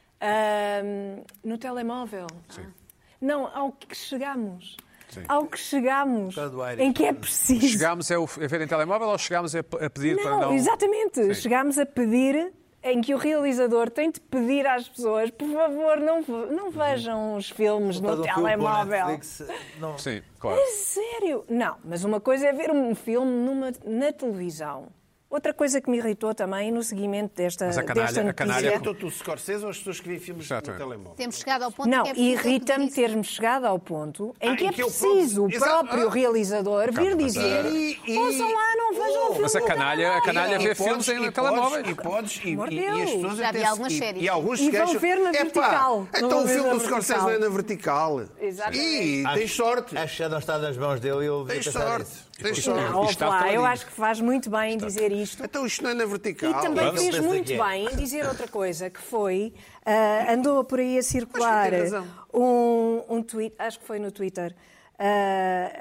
[SPEAKER 4] ah, no telemóvel. Não, ao que chegamos.
[SPEAKER 1] Sim.
[SPEAKER 4] Ao que chegamos.
[SPEAKER 5] causa do Irish.
[SPEAKER 4] Em que é preciso.
[SPEAKER 1] Chegámos a, o- a ver em telemóvel ou chegámos a, a pedir para
[SPEAKER 4] Não,
[SPEAKER 1] não...
[SPEAKER 4] exatamente.
[SPEAKER 1] Sim.
[SPEAKER 4] Chegámos a pedir em que o realizador tem de pedir às pessoas, por favor, não, ve- não vejam os filmes no
[SPEAKER 5] Faz um filme para o
[SPEAKER 4] telemóvel.
[SPEAKER 5] Netflix, não-
[SPEAKER 1] Sim, claro.
[SPEAKER 4] É sério? Não, mas uma coisa é ver um filme numa, na televisão. Outra coisa que me irritou também no seguimento desta,
[SPEAKER 1] Mas a canalha-
[SPEAKER 4] desta
[SPEAKER 1] a
[SPEAKER 4] notícia...
[SPEAKER 1] canalha-
[SPEAKER 3] Irritou-te o Scorsese ou as pessoas que veem filmes
[SPEAKER 1] Exatamente.
[SPEAKER 3] no telemóvel?
[SPEAKER 2] Temos chegado ao ponto
[SPEAKER 4] Não,
[SPEAKER 2] em que é preciso
[SPEAKER 4] irrita-me
[SPEAKER 2] pedir
[SPEAKER 4] termos chegado ao ponto em
[SPEAKER 3] Ah,
[SPEAKER 4] que
[SPEAKER 3] em
[SPEAKER 4] é
[SPEAKER 3] que eu
[SPEAKER 4] preciso o
[SPEAKER 3] posso- Exato.
[SPEAKER 4] próprio
[SPEAKER 3] Ah.
[SPEAKER 4] realizador vir
[SPEAKER 1] mas
[SPEAKER 4] dizer
[SPEAKER 3] E- e-
[SPEAKER 4] ouçam lá, não vejam o filme
[SPEAKER 1] Mas a
[SPEAKER 4] no
[SPEAKER 1] canalha, a canalha
[SPEAKER 3] E
[SPEAKER 1] vê
[SPEAKER 3] podes-
[SPEAKER 1] filmes em
[SPEAKER 3] e
[SPEAKER 1] telemóveis.
[SPEAKER 3] podes- E podes, e,
[SPEAKER 4] Amor de
[SPEAKER 3] e, e as
[SPEAKER 4] Deus.
[SPEAKER 3] pessoas
[SPEAKER 2] Já
[SPEAKER 3] até
[SPEAKER 2] vi
[SPEAKER 3] se-
[SPEAKER 2] algumas
[SPEAKER 3] e-
[SPEAKER 2] séries.
[SPEAKER 3] E alguns
[SPEAKER 4] E
[SPEAKER 3] se
[SPEAKER 4] vão
[SPEAKER 3] queixam.
[SPEAKER 4] ver na
[SPEAKER 3] "Epá,
[SPEAKER 4] vertical.
[SPEAKER 3] Então
[SPEAKER 4] Vão
[SPEAKER 3] o
[SPEAKER 4] ver
[SPEAKER 3] filme
[SPEAKER 4] na
[SPEAKER 3] do Scorsese
[SPEAKER 4] vertical."
[SPEAKER 3] não é na vertical.
[SPEAKER 4] Exatamente.
[SPEAKER 3] E tens sorte.
[SPEAKER 5] Acho que já não está nas mãos dele e ele devia
[SPEAKER 3] Tens
[SPEAKER 5] pensar
[SPEAKER 3] sorte.
[SPEAKER 5] nisso.
[SPEAKER 3] Tens
[SPEAKER 1] Isto-
[SPEAKER 3] sorte.
[SPEAKER 4] Não,
[SPEAKER 1] Isto
[SPEAKER 4] ouve
[SPEAKER 1] está
[SPEAKER 4] lá, eu
[SPEAKER 1] planeado.
[SPEAKER 4] acho que faz muito bem em dizer isto.
[SPEAKER 3] Então isto não é na vertical.
[SPEAKER 4] E também
[SPEAKER 5] Vamos
[SPEAKER 4] fez
[SPEAKER 5] pensar
[SPEAKER 4] muito
[SPEAKER 5] que é.
[SPEAKER 4] bem em dizer outra coisa, que foi, ah, andou por aí a circular
[SPEAKER 3] tem razão.
[SPEAKER 4] um, um tweet, acho que foi no Twitter, ah,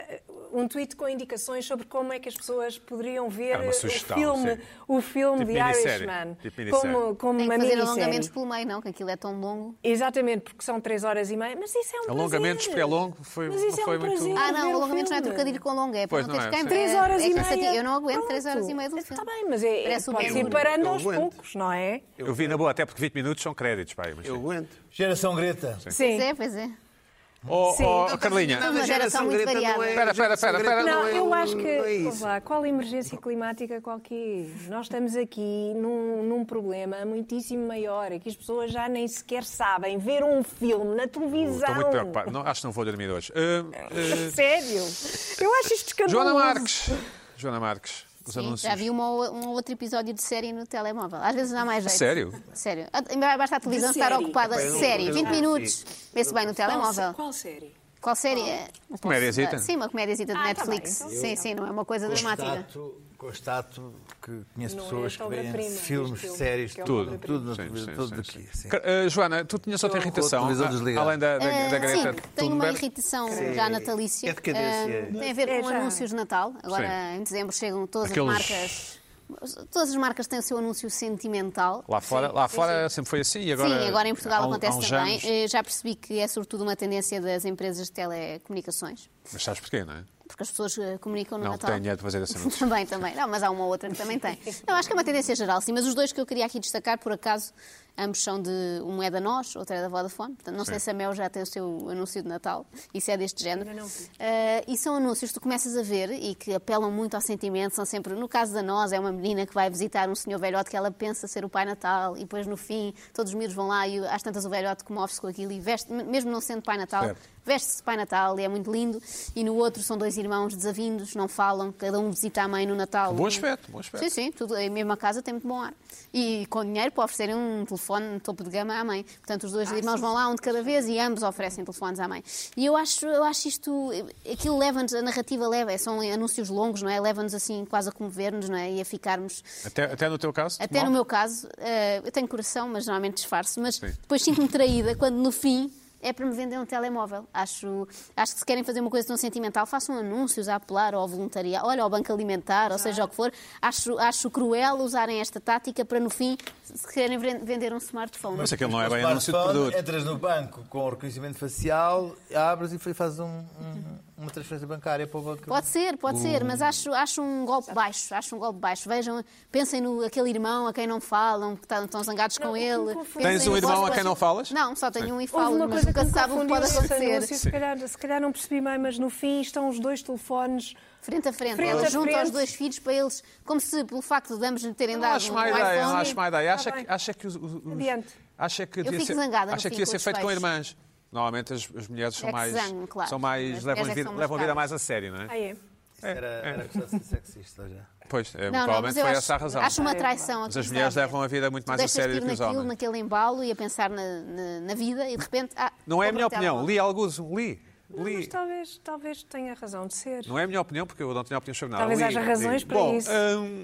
[SPEAKER 4] um tweet com indicações sobre como é que as pessoas poderiam ver
[SPEAKER 1] Era uma sugestão,
[SPEAKER 4] o filme,
[SPEAKER 1] sim.
[SPEAKER 4] o filme
[SPEAKER 1] Tipo
[SPEAKER 4] The
[SPEAKER 1] minissérie.
[SPEAKER 4] Irishman
[SPEAKER 1] Tipo minissérie.
[SPEAKER 4] como, como
[SPEAKER 2] Tem
[SPEAKER 4] uma
[SPEAKER 2] que fazer
[SPEAKER 4] minissérie.
[SPEAKER 2] alongamentos pelo meio, não, que aquilo é tão longo.
[SPEAKER 4] Exatamente, porque são três horas e meia, mas isso é um
[SPEAKER 1] Alongamentos,
[SPEAKER 4] prazer.
[SPEAKER 1] porque é longo, foi-
[SPEAKER 4] mas isso
[SPEAKER 1] não foi
[SPEAKER 4] é um
[SPEAKER 1] muito-
[SPEAKER 4] prazer
[SPEAKER 2] Ah, não,
[SPEAKER 4] ver
[SPEAKER 2] o
[SPEAKER 4] o
[SPEAKER 2] alongamento não é
[SPEAKER 4] filme.
[SPEAKER 2] trocadilho com longo, é para
[SPEAKER 1] Pois
[SPEAKER 2] não
[SPEAKER 1] não
[SPEAKER 2] teres
[SPEAKER 1] é,
[SPEAKER 2] quem
[SPEAKER 1] sim.
[SPEAKER 4] Três horas
[SPEAKER 2] é
[SPEAKER 4] e
[SPEAKER 2] cansativo.
[SPEAKER 4] meia.
[SPEAKER 2] Eu não aguento
[SPEAKER 4] Pronto.
[SPEAKER 2] três horas e meia do filme.
[SPEAKER 4] Está bem, mas é,
[SPEAKER 2] Parece o
[SPEAKER 4] pode
[SPEAKER 2] Big
[SPEAKER 4] ir
[SPEAKER 2] Brother.
[SPEAKER 4] parando
[SPEAKER 3] Eu
[SPEAKER 4] aos
[SPEAKER 3] aguento.
[SPEAKER 4] poucos, não é?
[SPEAKER 1] Eu vi na boa, até porque vinte minutos são créditos, pai. Mas
[SPEAKER 3] Eu
[SPEAKER 1] sim.
[SPEAKER 3] aguento.
[SPEAKER 5] Geração Greta.
[SPEAKER 2] Pois é, pois é.
[SPEAKER 1] Oh,
[SPEAKER 4] Sim.
[SPEAKER 1] oh, Carlinha,
[SPEAKER 2] Uma geração muito
[SPEAKER 3] Greta
[SPEAKER 2] variada.
[SPEAKER 3] não é-
[SPEAKER 1] Espera, espera,
[SPEAKER 3] geração
[SPEAKER 1] espera,
[SPEAKER 3] Greta
[SPEAKER 1] espera.
[SPEAKER 4] Não,
[SPEAKER 3] é
[SPEAKER 4] eu
[SPEAKER 3] um-
[SPEAKER 4] acho que.
[SPEAKER 3] não é
[SPEAKER 4] Ouve
[SPEAKER 3] isso.
[SPEAKER 4] lá, qual emergência climática qualquer? Nós estamos aqui num, num problema muitíssimo maior. É que as pessoas já nem sequer sabem ver um filme na televisão.
[SPEAKER 1] estou muito preocupado. Não, acho que não vou dormir hoje. Uh, uh,
[SPEAKER 4] Sério? Eu acho isto escandaloso.
[SPEAKER 1] Joana Marques. Joana Marques. Os
[SPEAKER 2] Sim,
[SPEAKER 1] anúncios.
[SPEAKER 2] já vi uma, ou- um ou outro episódio de série no telemóvel. Às vezes dá mais jeito.
[SPEAKER 1] Sério?
[SPEAKER 2] Sério. Ah, Basta a televisão
[SPEAKER 4] De
[SPEAKER 2] estar
[SPEAKER 4] série?
[SPEAKER 2] ocupada.
[SPEAKER 3] Epá, eu não-
[SPEAKER 2] Série,
[SPEAKER 3] eu
[SPEAKER 2] vinte
[SPEAKER 3] não
[SPEAKER 2] minutos. Vê-se bem no telemóvel.
[SPEAKER 4] Qual série?
[SPEAKER 2] Qual série é?
[SPEAKER 1] Uma comédiazita?
[SPEAKER 2] Sim, uma comédiazita de
[SPEAKER 4] Ah, tá
[SPEAKER 2] Netflix.
[SPEAKER 4] bem, então
[SPEAKER 2] Sim, sim, não é uma coisa dramática.
[SPEAKER 5] Constato, constato que conheço
[SPEAKER 4] Não é
[SPEAKER 5] pessoas que veem
[SPEAKER 4] obra-prima,
[SPEAKER 5] filmes,
[SPEAKER 4] este filme,
[SPEAKER 5] séries,
[SPEAKER 4] que é uma
[SPEAKER 5] tudo,
[SPEAKER 4] obra-prima.
[SPEAKER 5] tudo na
[SPEAKER 1] Sim,
[SPEAKER 5] televisão,
[SPEAKER 1] sim,
[SPEAKER 5] tudo
[SPEAKER 1] sim,
[SPEAKER 5] aqui.
[SPEAKER 1] sim.
[SPEAKER 5] sim.
[SPEAKER 1] Car- uh, Joana, tu tinhas outra
[SPEAKER 5] Eu com a
[SPEAKER 1] irritação,
[SPEAKER 5] televisão
[SPEAKER 1] a-
[SPEAKER 5] desligada.
[SPEAKER 1] além da, da,
[SPEAKER 2] Ah,
[SPEAKER 1] da Greta
[SPEAKER 2] sim, tenho uma
[SPEAKER 1] Thunberg?
[SPEAKER 2] irritação já natalícia.
[SPEAKER 3] É decadência.
[SPEAKER 2] Ah, tem a ver
[SPEAKER 4] É
[SPEAKER 2] com
[SPEAKER 4] já.
[SPEAKER 2] anúncios de Natal. Agora,
[SPEAKER 1] Sim.
[SPEAKER 2] em dezembro, chegam todas
[SPEAKER 1] Aqueles-
[SPEAKER 2] as marcas. Todas as marcas têm o seu anúncio sentimental.
[SPEAKER 1] Lá fora, lá fora sempre foi assim e agora...
[SPEAKER 2] Sim, agora em Portugal
[SPEAKER 1] há um- há
[SPEAKER 2] acontece
[SPEAKER 1] uns
[SPEAKER 2] também.
[SPEAKER 1] anos-
[SPEAKER 2] Eh, Já percebi que é sobretudo uma tendência das empresas de telecomunicações.
[SPEAKER 1] Mas sabes porquê, não é?
[SPEAKER 2] Porque as pessoas eh, comunicam no
[SPEAKER 1] Não
[SPEAKER 2] Natal.
[SPEAKER 1] tem dinheiro para fazer esse anúncio.
[SPEAKER 2] Também, também. Não, mas há uma ou outra que também tem. Não, acho que é uma tendência geral, sim. Mas os dois que eu queria aqui destacar, por acaso, ambos são de... Um é da Nós, outro é da Vodafone. Portanto, não sei
[SPEAKER 1] Sim.
[SPEAKER 2] se a Mel já tem o seu anúncio de Natal. Isso é deste género.
[SPEAKER 4] Ainda não vi.
[SPEAKER 2] Eh, e são anúncios que tu começas a ver e que apelam muito ao sentimento. São sempre... No caso da Nós, é uma menina que vai visitar um senhor velhote que ela pensa ser o Pai Natal. E depois, no fim, todos os miúdos vão lá e às tantas o velhote comove-se com aquilo e veste, mesmo não sendo Pai Natal,
[SPEAKER 1] Certo.
[SPEAKER 2] veste-se de Pai Natal e é muito lindo. E no outro são dois irmãos desavindos, não falam, cada um visita a mãe no Natal.
[SPEAKER 1] Bom aspecto, bom aspecto.
[SPEAKER 2] Sim, sim, tudo, a mesma casa tem muito bom ar. E com dinheiro para oferecerem um telefone topo de gama à mãe. Portanto, os dois irmãos vão lá um de cada vez e ambos oferecem telefones à mãe. E eu acho, eu acho isto, aquilo leva-nos, a narrativa leva, são anúncios longos, não é? Leva-nos assim quase a comover-nos, não é? E a ficarmos...
[SPEAKER 1] Até, até no teu caso?
[SPEAKER 2] Até
[SPEAKER 1] Mal?
[SPEAKER 2] no meu caso, eh, eu tenho coração, mas normalmente disfarço, mas
[SPEAKER 1] Sim.
[SPEAKER 2] depois sinto-me traída quando no fim é para me vender um telemóvel. Acho, acho que se querem fazer uma coisa tão sentimental, façam anúncios a apelar ao voluntariado, olha, ao banco alimentar, ou seja o que for. Acho, acho cruel usarem esta tática para no fim, se querem ven- vender um smartphone.
[SPEAKER 1] Mas aquilo não é
[SPEAKER 5] Com o
[SPEAKER 1] bem anúncio de
[SPEAKER 5] smartphone,
[SPEAKER 1] produto.
[SPEAKER 5] Entras no banco com o reconhecimento facial, abres e fazes um- um- uma transferência bancária para o banco.
[SPEAKER 2] Pode ser, pode ser, mas acho, acho um golpe baixo, acho um golpe baixo. Vejam, pensem no aquele irmão a quem não falam, que estão, estão zangados
[SPEAKER 4] Não,
[SPEAKER 2] com
[SPEAKER 4] o que me
[SPEAKER 2] ele.
[SPEAKER 4] confunde-
[SPEAKER 1] Tens
[SPEAKER 2] Pensem
[SPEAKER 1] um
[SPEAKER 2] no
[SPEAKER 1] irmão
[SPEAKER 2] vosso-
[SPEAKER 1] a quem não falas?
[SPEAKER 2] Não, só tenho um e
[SPEAKER 4] Houve
[SPEAKER 2] falo,
[SPEAKER 4] uma
[SPEAKER 2] mas
[SPEAKER 4] coisa que
[SPEAKER 2] nunca
[SPEAKER 4] me
[SPEAKER 2] se sabe o que
[SPEAKER 4] confundiu
[SPEAKER 2] pode
[SPEAKER 4] nesse
[SPEAKER 2] acontecer.
[SPEAKER 4] anúncio, se calhar, se calhar não percebi bem, mas no fim estão os dois telefones.
[SPEAKER 2] Frente a frente,
[SPEAKER 4] Frente
[SPEAKER 2] ela
[SPEAKER 4] a
[SPEAKER 2] junta
[SPEAKER 4] frente.
[SPEAKER 2] aos dois filhos para eles, como se pelo facto de ambos lhe terem
[SPEAKER 1] Não
[SPEAKER 2] dado
[SPEAKER 1] acho
[SPEAKER 2] um
[SPEAKER 1] má ideia, não
[SPEAKER 2] iPhone.
[SPEAKER 1] acho má ideia. Acha
[SPEAKER 4] Tá
[SPEAKER 1] que,
[SPEAKER 4] bem.
[SPEAKER 1] acha que os, os- os-
[SPEAKER 4] Adiante.
[SPEAKER 1] acha que devia
[SPEAKER 2] fico
[SPEAKER 1] ser,
[SPEAKER 2] zangada no
[SPEAKER 1] acha que
[SPEAKER 2] fim
[SPEAKER 1] devia
[SPEAKER 2] com
[SPEAKER 1] ser
[SPEAKER 2] os
[SPEAKER 1] feito com
[SPEAKER 2] desfechos.
[SPEAKER 1] irmãs. Normalmente as, as mulheres são
[SPEAKER 2] É que
[SPEAKER 1] mais,
[SPEAKER 2] zango, claro.
[SPEAKER 1] são mais
[SPEAKER 2] As
[SPEAKER 1] levam, a
[SPEAKER 2] mulheres é que
[SPEAKER 1] vida,
[SPEAKER 2] são mais
[SPEAKER 1] levam a vida
[SPEAKER 2] caras.
[SPEAKER 1] mais a sério, não é?
[SPEAKER 4] Ah, é?
[SPEAKER 5] Era, era questão de ser sexista já.
[SPEAKER 1] Pois, é,
[SPEAKER 2] Não, não, mas
[SPEAKER 1] provavelmente
[SPEAKER 2] eu
[SPEAKER 1] foi
[SPEAKER 2] acho,
[SPEAKER 1] essa a razão.
[SPEAKER 2] acho uma traição.
[SPEAKER 1] Mas
[SPEAKER 2] aqui,
[SPEAKER 1] as mulheres
[SPEAKER 2] sabe?
[SPEAKER 1] levam a vida muito
[SPEAKER 2] Tu
[SPEAKER 1] mais a
[SPEAKER 2] deixas-te
[SPEAKER 1] sério
[SPEAKER 2] ir
[SPEAKER 1] do que os
[SPEAKER 2] naquilo,
[SPEAKER 1] homens.
[SPEAKER 2] naquele embalo e a pensar na, na, na vida e de repente... Ah,
[SPEAKER 1] Não é a
[SPEAKER 2] compra
[SPEAKER 1] minha
[SPEAKER 2] um
[SPEAKER 1] opinião.
[SPEAKER 2] telemóvel.
[SPEAKER 1] Li alguns, li.
[SPEAKER 4] Não,
[SPEAKER 1] li.
[SPEAKER 4] mas talvez, talvez tenha razão de ser.
[SPEAKER 1] Não é a minha opinião, porque eu não tenho opinião sobre nada.
[SPEAKER 4] Talvez
[SPEAKER 1] Li,
[SPEAKER 4] haja razões
[SPEAKER 1] li.
[SPEAKER 4] para
[SPEAKER 1] Bom,
[SPEAKER 4] isso.
[SPEAKER 1] hum,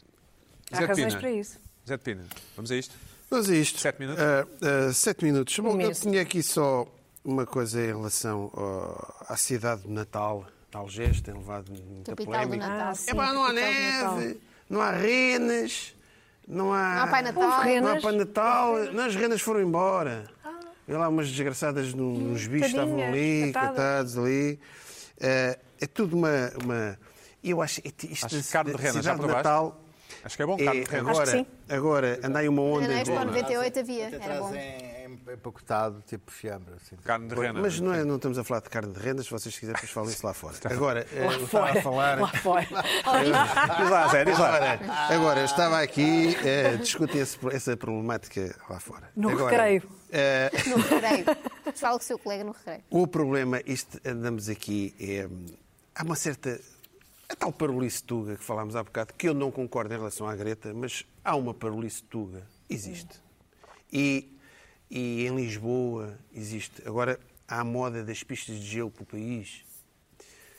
[SPEAKER 4] Há
[SPEAKER 1] Zé de
[SPEAKER 4] razões
[SPEAKER 1] Pina.
[SPEAKER 4] para isso.
[SPEAKER 1] Zé de Pina, vamos a isto?
[SPEAKER 3] Vamos a isto.
[SPEAKER 1] Sete minutos?
[SPEAKER 3] Ah, ah, sete minutos. Bom, eu
[SPEAKER 4] Imenso.
[SPEAKER 3] tinha aqui só uma coisa em relação ao- à cidade de Natal. De Algés tem levado muita
[SPEAKER 2] Capital do
[SPEAKER 3] polémica.
[SPEAKER 2] Natal.
[SPEAKER 4] Ah, sim,
[SPEAKER 3] É pá, não há
[SPEAKER 4] capital do Natal.
[SPEAKER 3] neve, não há renas, não há...
[SPEAKER 2] Não há Pai Natal.
[SPEAKER 4] Houve renas.
[SPEAKER 3] Não há Pai Natal. Não, as renas foram embora. Vê lá umas desgraçadas num- nos bichos que estavam
[SPEAKER 4] tadinhas,
[SPEAKER 3] ali,
[SPEAKER 4] coitadas.
[SPEAKER 3] coitados ali. Ah, é tudo uma... uma... Eu acho que isto
[SPEAKER 1] Acho que
[SPEAKER 3] da-
[SPEAKER 1] carne de
[SPEAKER 3] da
[SPEAKER 1] rena, já
[SPEAKER 3] cidade de
[SPEAKER 1] provaste?
[SPEAKER 3] Natal...
[SPEAKER 1] Acho que é bom,
[SPEAKER 3] É,
[SPEAKER 1] carne de rena.
[SPEAKER 4] Acho que
[SPEAKER 3] agora,
[SPEAKER 4] sim.
[SPEAKER 3] agora anda aí uma onda
[SPEAKER 2] Na
[SPEAKER 3] de...
[SPEAKER 2] Expo noventa e oito havia,
[SPEAKER 5] Até
[SPEAKER 2] era bom.
[SPEAKER 5] trazem em empacotado, tipo fiambre. Assim.
[SPEAKER 1] Carne de rena.
[SPEAKER 3] Mas não, é, não estamos a falar de carne de rendas, se vocês quiserem, depois falem isso lá fora. Agora, eh, eu estava
[SPEAKER 4] Fora.
[SPEAKER 3] a falar.
[SPEAKER 4] Lá fora.
[SPEAKER 1] Diz lá, Zé, diz lá.
[SPEAKER 3] Agora, agora, eu estava aqui, eh, discutem esse- essa problemática lá fora.
[SPEAKER 4] No
[SPEAKER 3] agora,
[SPEAKER 4] recreio.
[SPEAKER 3] eh,
[SPEAKER 2] No recreio. Fala com o seu colega no recreio.
[SPEAKER 3] o problema, isto andamos aqui, é, há uma certa. A tal parolice tuga que falámos há bocado, que eu não concordo em relação à Greta, mas há uma parolice tuga. Existe. E, e em Lisboa existe. Agora, há a moda das pistas de gelo pelo país.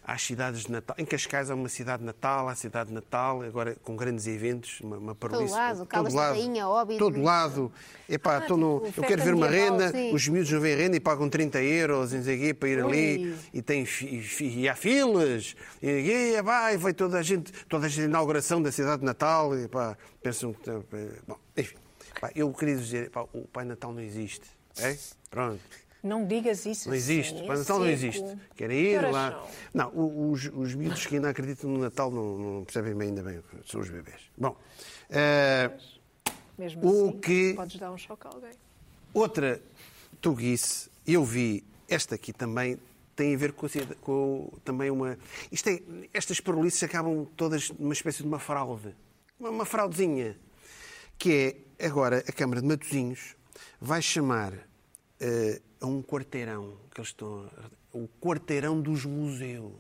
[SPEAKER 3] às cidades de Natal. Em Cascais há uma cidade de Natal, há a cidade de Natal, agora com grandes eventos, uma, uma
[SPEAKER 2] Todo
[SPEAKER 3] parolice.
[SPEAKER 2] lado, Caldas da Rainha, Óbidos.
[SPEAKER 3] Todo lado. Epá,
[SPEAKER 4] Ah,
[SPEAKER 3] estou no,
[SPEAKER 4] tipo,
[SPEAKER 3] eu quero
[SPEAKER 4] festa
[SPEAKER 3] ver uma
[SPEAKER 4] medieval,
[SPEAKER 3] renda,
[SPEAKER 2] sim.
[SPEAKER 3] os miúdos não veem renda e pagam trinta euros, não sei o quê, para ir ali,
[SPEAKER 4] Ui.
[SPEAKER 3] e, tem, fi- fi- e há filas, e, e vai, vai toda a gente, toda a gente, a inauguração da cidade de Natal, e pá, pensam que... Bom, enfim, pá, eu queria dizer, pá, o Pai Natal não existe, é? Pronto.
[SPEAKER 4] Não digas isso.
[SPEAKER 3] Não existe,
[SPEAKER 4] assim,
[SPEAKER 3] o Pai
[SPEAKER 4] é
[SPEAKER 3] Natal não
[SPEAKER 4] seco.
[SPEAKER 3] existe. Querem ir
[SPEAKER 4] Que horas
[SPEAKER 3] lá.
[SPEAKER 4] são?
[SPEAKER 3] Não, o- os, os miúdos que ainda acreditam no Natal não, não percebem bem ainda bem, são os bebés. Bom, eh,
[SPEAKER 4] Mesmo
[SPEAKER 3] O
[SPEAKER 4] assim,
[SPEAKER 3] que-
[SPEAKER 4] podes dar um choque a alguém.
[SPEAKER 3] outra tuguice, eu vi, esta aqui também tem a ver com, a cidade- com também uma... Isto é, estas parolices acabam todas numa espécie de uma fraude. Uma, uma fraudezinha. Que é, agora, a Câmara de Matosinhos vai chamar eh, a um quarteirão, que eles estão... O quarteirão dos museus.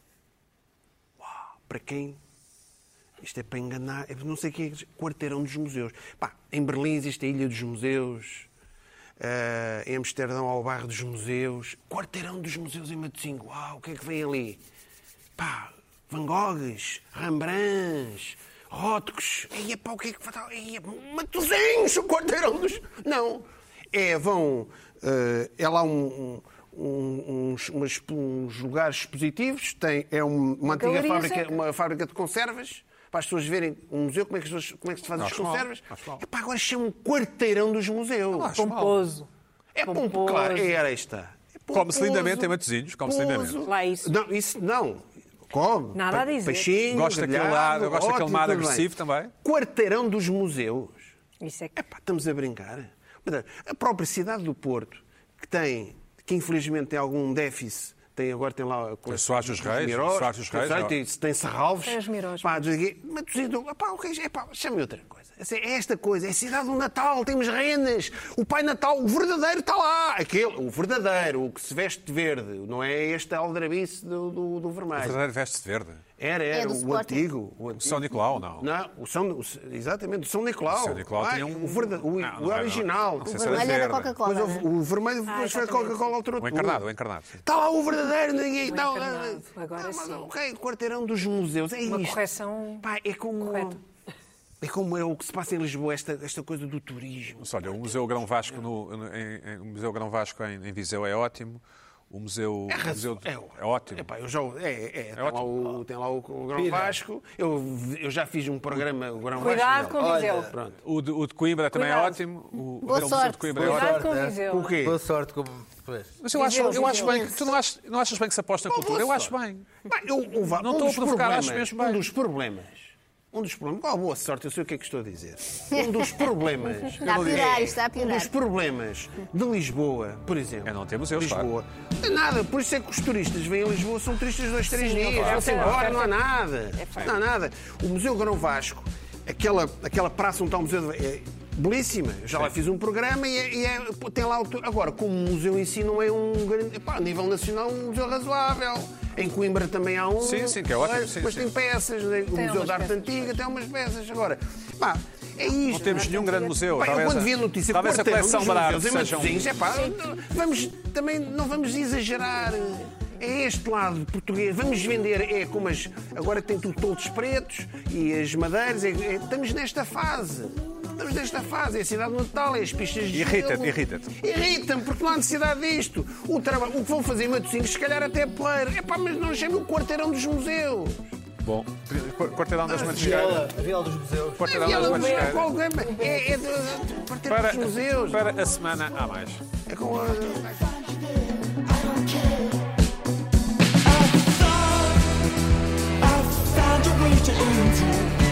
[SPEAKER 3] Uau, para quem... Isto é para enganar, é não sei o que é quarteirão dos museus. Pá, em Berlim existe a Ilha dos Museus, eh, em Amsterdão há o bairro dos museus, quarteirão dos museus em Matosinhos. Uau, o que é que vem ali? Pá, Van Goghs, Rembrandts, Rothkos. Ei, pá, o que é que vai... Ei, Matosinhos, o quarteirão dos... Não, é, vão... eh, é lá um... um uns, umas, uns lugares expositivos, tem, é um- uma antiga
[SPEAKER 4] galeria
[SPEAKER 3] fábrica,
[SPEAKER 4] seca.
[SPEAKER 3] uma fábrica de conservas, para as pessoas verem um museu, como é que, as pessoas- como é que se faz as
[SPEAKER 1] Acho mal,
[SPEAKER 3] conservas.
[SPEAKER 1] acho mal.
[SPEAKER 3] Epá, agora chama um quarteirão dos museus.
[SPEAKER 1] acho mal.
[SPEAKER 4] Pomposo.
[SPEAKER 3] É pomposo,
[SPEAKER 4] pomposo.
[SPEAKER 3] claro, é, era esta. É
[SPEAKER 1] Come-se
[SPEAKER 3] pomposo,
[SPEAKER 1] lindamente em Matosinhos, come-se
[SPEAKER 3] pomposo.
[SPEAKER 1] lindamente.
[SPEAKER 4] Lá isso.
[SPEAKER 3] Não, isso não. Come.
[SPEAKER 4] Nada a
[SPEAKER 3] Pa-
[SPEAKER 4] dizer.
[SPEAKER 3] Peixinho,
[SPEAKER 1] Gosto daquele
[SPEAKER 3] grelhado,
[SPEAKER 1] lado, eu gosto daquele
[SPEAKER 3] ótimo,
[SPEAKER 1] mar
[SPEAKER 3] tudo bem.
[SPEAKER 1] agressivo também.
[SPEAKER 3] Quarteirão dos museus.
[SPEAKER 4] Isso é que...
[SPEAKER 3] Epá, estamos a brincar. Portanto, a própria cidade do Porto, que tem, que infelizmente tem algum déficit, tem, agora tem lá...
[SPEAKER 1] Tem Soares dos Reis,
[SPEAKER 3] Mirós,
[SPEAKER 1] Soares dos Reis,
[SPEAKER 3] tem,
[SPEAKER 1] ó.
[SPEAKER 3] tem, tem Serralves.
[SPEAKER 4] Tem os Mirós.
[SPEAKER 3] Pá, mas tu dizes, epá, ok, epá, chame outra coisa. É esta coisa, é a cidade do Natal, temos rendas. O Pai Natal, o verdadeiro está lá. Aquele, o verdadeiro, o que se veste de verde, não é este aldrabice do, do, do
[SPEAKER 1] O
[SPEAKER 3] vermelho.
[SPEAKER 1] verdadeiro veste verde.
[SPEAKER 3] Era,
[SPEAKER 2] É
[SPEAKER 3] era,
[SPEAKER 2] do
[SPEAKER 3] o
[SPEAKER 2] Sporting.
[SPEAKER 3] antigo. O antigo.
[SPEAKER 1] São Nicolau, não?
[SPEAKER 3] Não, o São, o, exatamente, o São Nicolau.
[SPEAKER 1] O São Nicolau
[SPEAKER 3] Ah,
[SPEAKER 1] tinha um-
[SPEAKER 3] o, verda- o,
[SPEAKER 1] Não,
[SPEAKER 3] o
[SPEAKER 1] não era,
[SPEAKER 3] original.
[SPEAKER 1] não. Não sei
[SPEAKER 2] O
[SPEAKER 1] se era
[SPEAKER 2] vermelho é da
[SPEAKER 1] verde.
[SPEAKER 2] Coca-Cola.
[SPEAKER 3] Depois
[SPEAKER 2] não é?
[SPEAKER 3] houve- o vermelho depois foi a
[SPEAKER 4] exatamente.
[SPEAKER 3] Coca-Cola alterou
[SPEAKER 1] O
[SPEAKER 3] tudo.
[SPEAKER 1] encarnado, o encarnado.
[SPEAKER 3] Está lá o verdadeiro, ninguém.
[SPEAKER 4] O
[SPEAKER 3] Não,
[SPEAKER 4] encarnado,
[SPEAKER 3] não,
[SPEAKER 4] agora
[SPEAKER 3] não, mas,
[SPEAKER 4] sim.
[SPEAKER 3] ok, quarteirão dos museus. É
[SPEAKER 4] Uma
[SPEAKER 3] isto.
[SPEAKER 4] correção
[SPEAKER 3] Pá, é como.
[SPEAKER 4] correta.
[SPEAKER 3] É como é o que se passa em Lisboa, esta, esta coisa do turismo.
[SPEAKER 1] Mas olha, o Museu Grão Vasco, no, em, em- o Museu Grão Vasco em, em Viseu é ótimo. O Museu,
[SPEAKER 3] É,
[SPEAKER 1] o museu
[SPEAKER 3] é,
[SPEAKER 1] é ótimo.
[SPEAKER 3] Epá, eu já, é, é, tem, lá
[SPEAKER 1] ótimo.
[SPEAKER 3] o, tem lá o, o Grão
[SPEAKER 5] Pira.
[SPEAKER 3] Vasco. Eu, eu já fiz um programa, o Grão
[SPEAKER 4] Cuidado
[SPEAKER 3] Vasco.
[SPEAKER 4] com o Viseu.
[SPEAKER 3] Pronto.
[SPEAKER 1] O de, o de Coimbra também é
[SPEAKER 4] Cuidado.
[SPEAKER 1] ótimo. O,
[SPEAKER 2] Boa
[SPEAKER 1] o Museu
[SPEAKER 2] sorte.
[SPEAKER 1] de Coimbra é
[SPEAKER 5] Boa
[SPEAKER 1] ótimo.
[SPEAKER 4] Cuidado com o
[SPEAKER 5] sorte,
[SPEAKER 4] Viseu.
[SPEAKER 3] O quê?
[SPEAKER 5] Boa sorte como. Pois.
[SPEAKER 1] Mas eu acho,
[SPEAKER 4] Viseu,
[SPEAKER 1] eu acho
[SPEAKER 4] Viseu.
[SPEAKER 1] bem que tu não achas, não achas bem que se aposta na cultura? Eu acho bem.
[SPEAKER 3] Pá, eu, eu, vá-
[SPEAKER 1] Não
[SPEAKER 3] um
[SPEAKER 1] estou a
[SPEAKER 3] dos
[SPEAKER 1] provocar,
[SPEAKER 3] problemas-
[SPEAKER 1] acho mesmo
[SPEAKER 3] Um
[SPEAKER 1] bem.
[SPEAKER 3] dos problemas. Um dos problemas. Qual a boa sorte? Eu sei o que é que estou a dizer. Um dos problemas.
[SPEAKER 2] Está a piorar, isto está a
[SPEAKER 3] Um
[SPEAKER 2] piorar.
[SPEAKER 3] dos problemas de Lisboa, por exemplo.
[SPEAKER 1] É não ter museus,
[SPEAKER 3] Lisboa. Não é nada. Por isso é que os turistas vêm a Lisboa, são turistas de dois, três
[SPEAKER 4] Sim,
[SPEAKER 3] dias.
[SPEAKER 4] não
[SPEAKER 3] Vão-se
[SPEAKER 4] vai.
[SPEAKER 3] embora,
[SPEAKER 4] É
[SPEAKER 3] não há
[SPEAKER 4] fato.
[SPEAKER 3] nada. Não há nada. O Museu Grão Vasco, aquela, aquela praça onde está o museu. de- É, belíssima. Eu já lá fiz um programa e, é- e é- tem lá o. Agora, como o museu em si não é um grande. Epá, a nível nacional, um museu razoável. Em Coimbra também há um.
[SPEAKER 1] Sim, sim, que é ótimo, sim,
[SPEAKER 3] Mas
[SPEAKER 1] sim.
[SPEAKER 3] tem peças. né? O
[SPEAKER 4] Tem
[SPEAKER 3] Museu
[SPEAKER 4] umas
[SPEAKER 3] da Arte
[SPEAKER 4] peças.
[SPEAKER 3] Antiga tem umas peças. Agora, pá, é isto.
[SPEAKER 1] Não temos nenhum grande museu.
[SPEAKER 3] Pá, eu
[SPEAKER 1] Talvez,
[SPEAKER 3] quando vi a notícia
[SPEAKER 1] talvez a
[SPEAKER 3] quarteirão
[SPEAKER 1] coleção
[SPEAKER 3] dos
[SPEAKER 1] de arte
[SPEAKER 3] museus em
[SPEAKER 1] seja um...
[SPEAKER 3] Matosinhos, é pá, vamos, também não vamos exagerar. É este lado português. Vamos vender, é como as. Agora tem tudo toldos pretos e as madeiras. é- é- estamos nesta fase. Estamos nesta fase. É a cidade do Natal, é as pistas de
[SPEAKER 1] Irrita-te,
[SPEAKER 3] gelo.
[SPEAKER 1] irrita-te.
[SPEAKER 3] Irrita-me, porque não há necessidade disto. O, traba... o que vão fazer em Matosinhos, se calhar até é poeira. É pá, mas não chame o quarteirão dos museus.
[SPEAKER 1] Bom, Quarteirão das Mantisqueiras.
[SPEAKER 5] Viela, a Viela dos Museus.
[SPEAKER 1] Quarteirão
[SPEAKER 3] É,
[SPEAKER 1] das
[SPEAKER 3] é,
[SPEAKER 1] Mantisqueiras.
[SPEAKER 3] qual- é, é do quarteirão
[SPEAKER 1] Para,
[SPEAKER 3] dos museus.
[SPEAKER 1] para a semana há mais.
[SPEAKER 3] É com a...
[SPEAKER 6] I found a way to enter.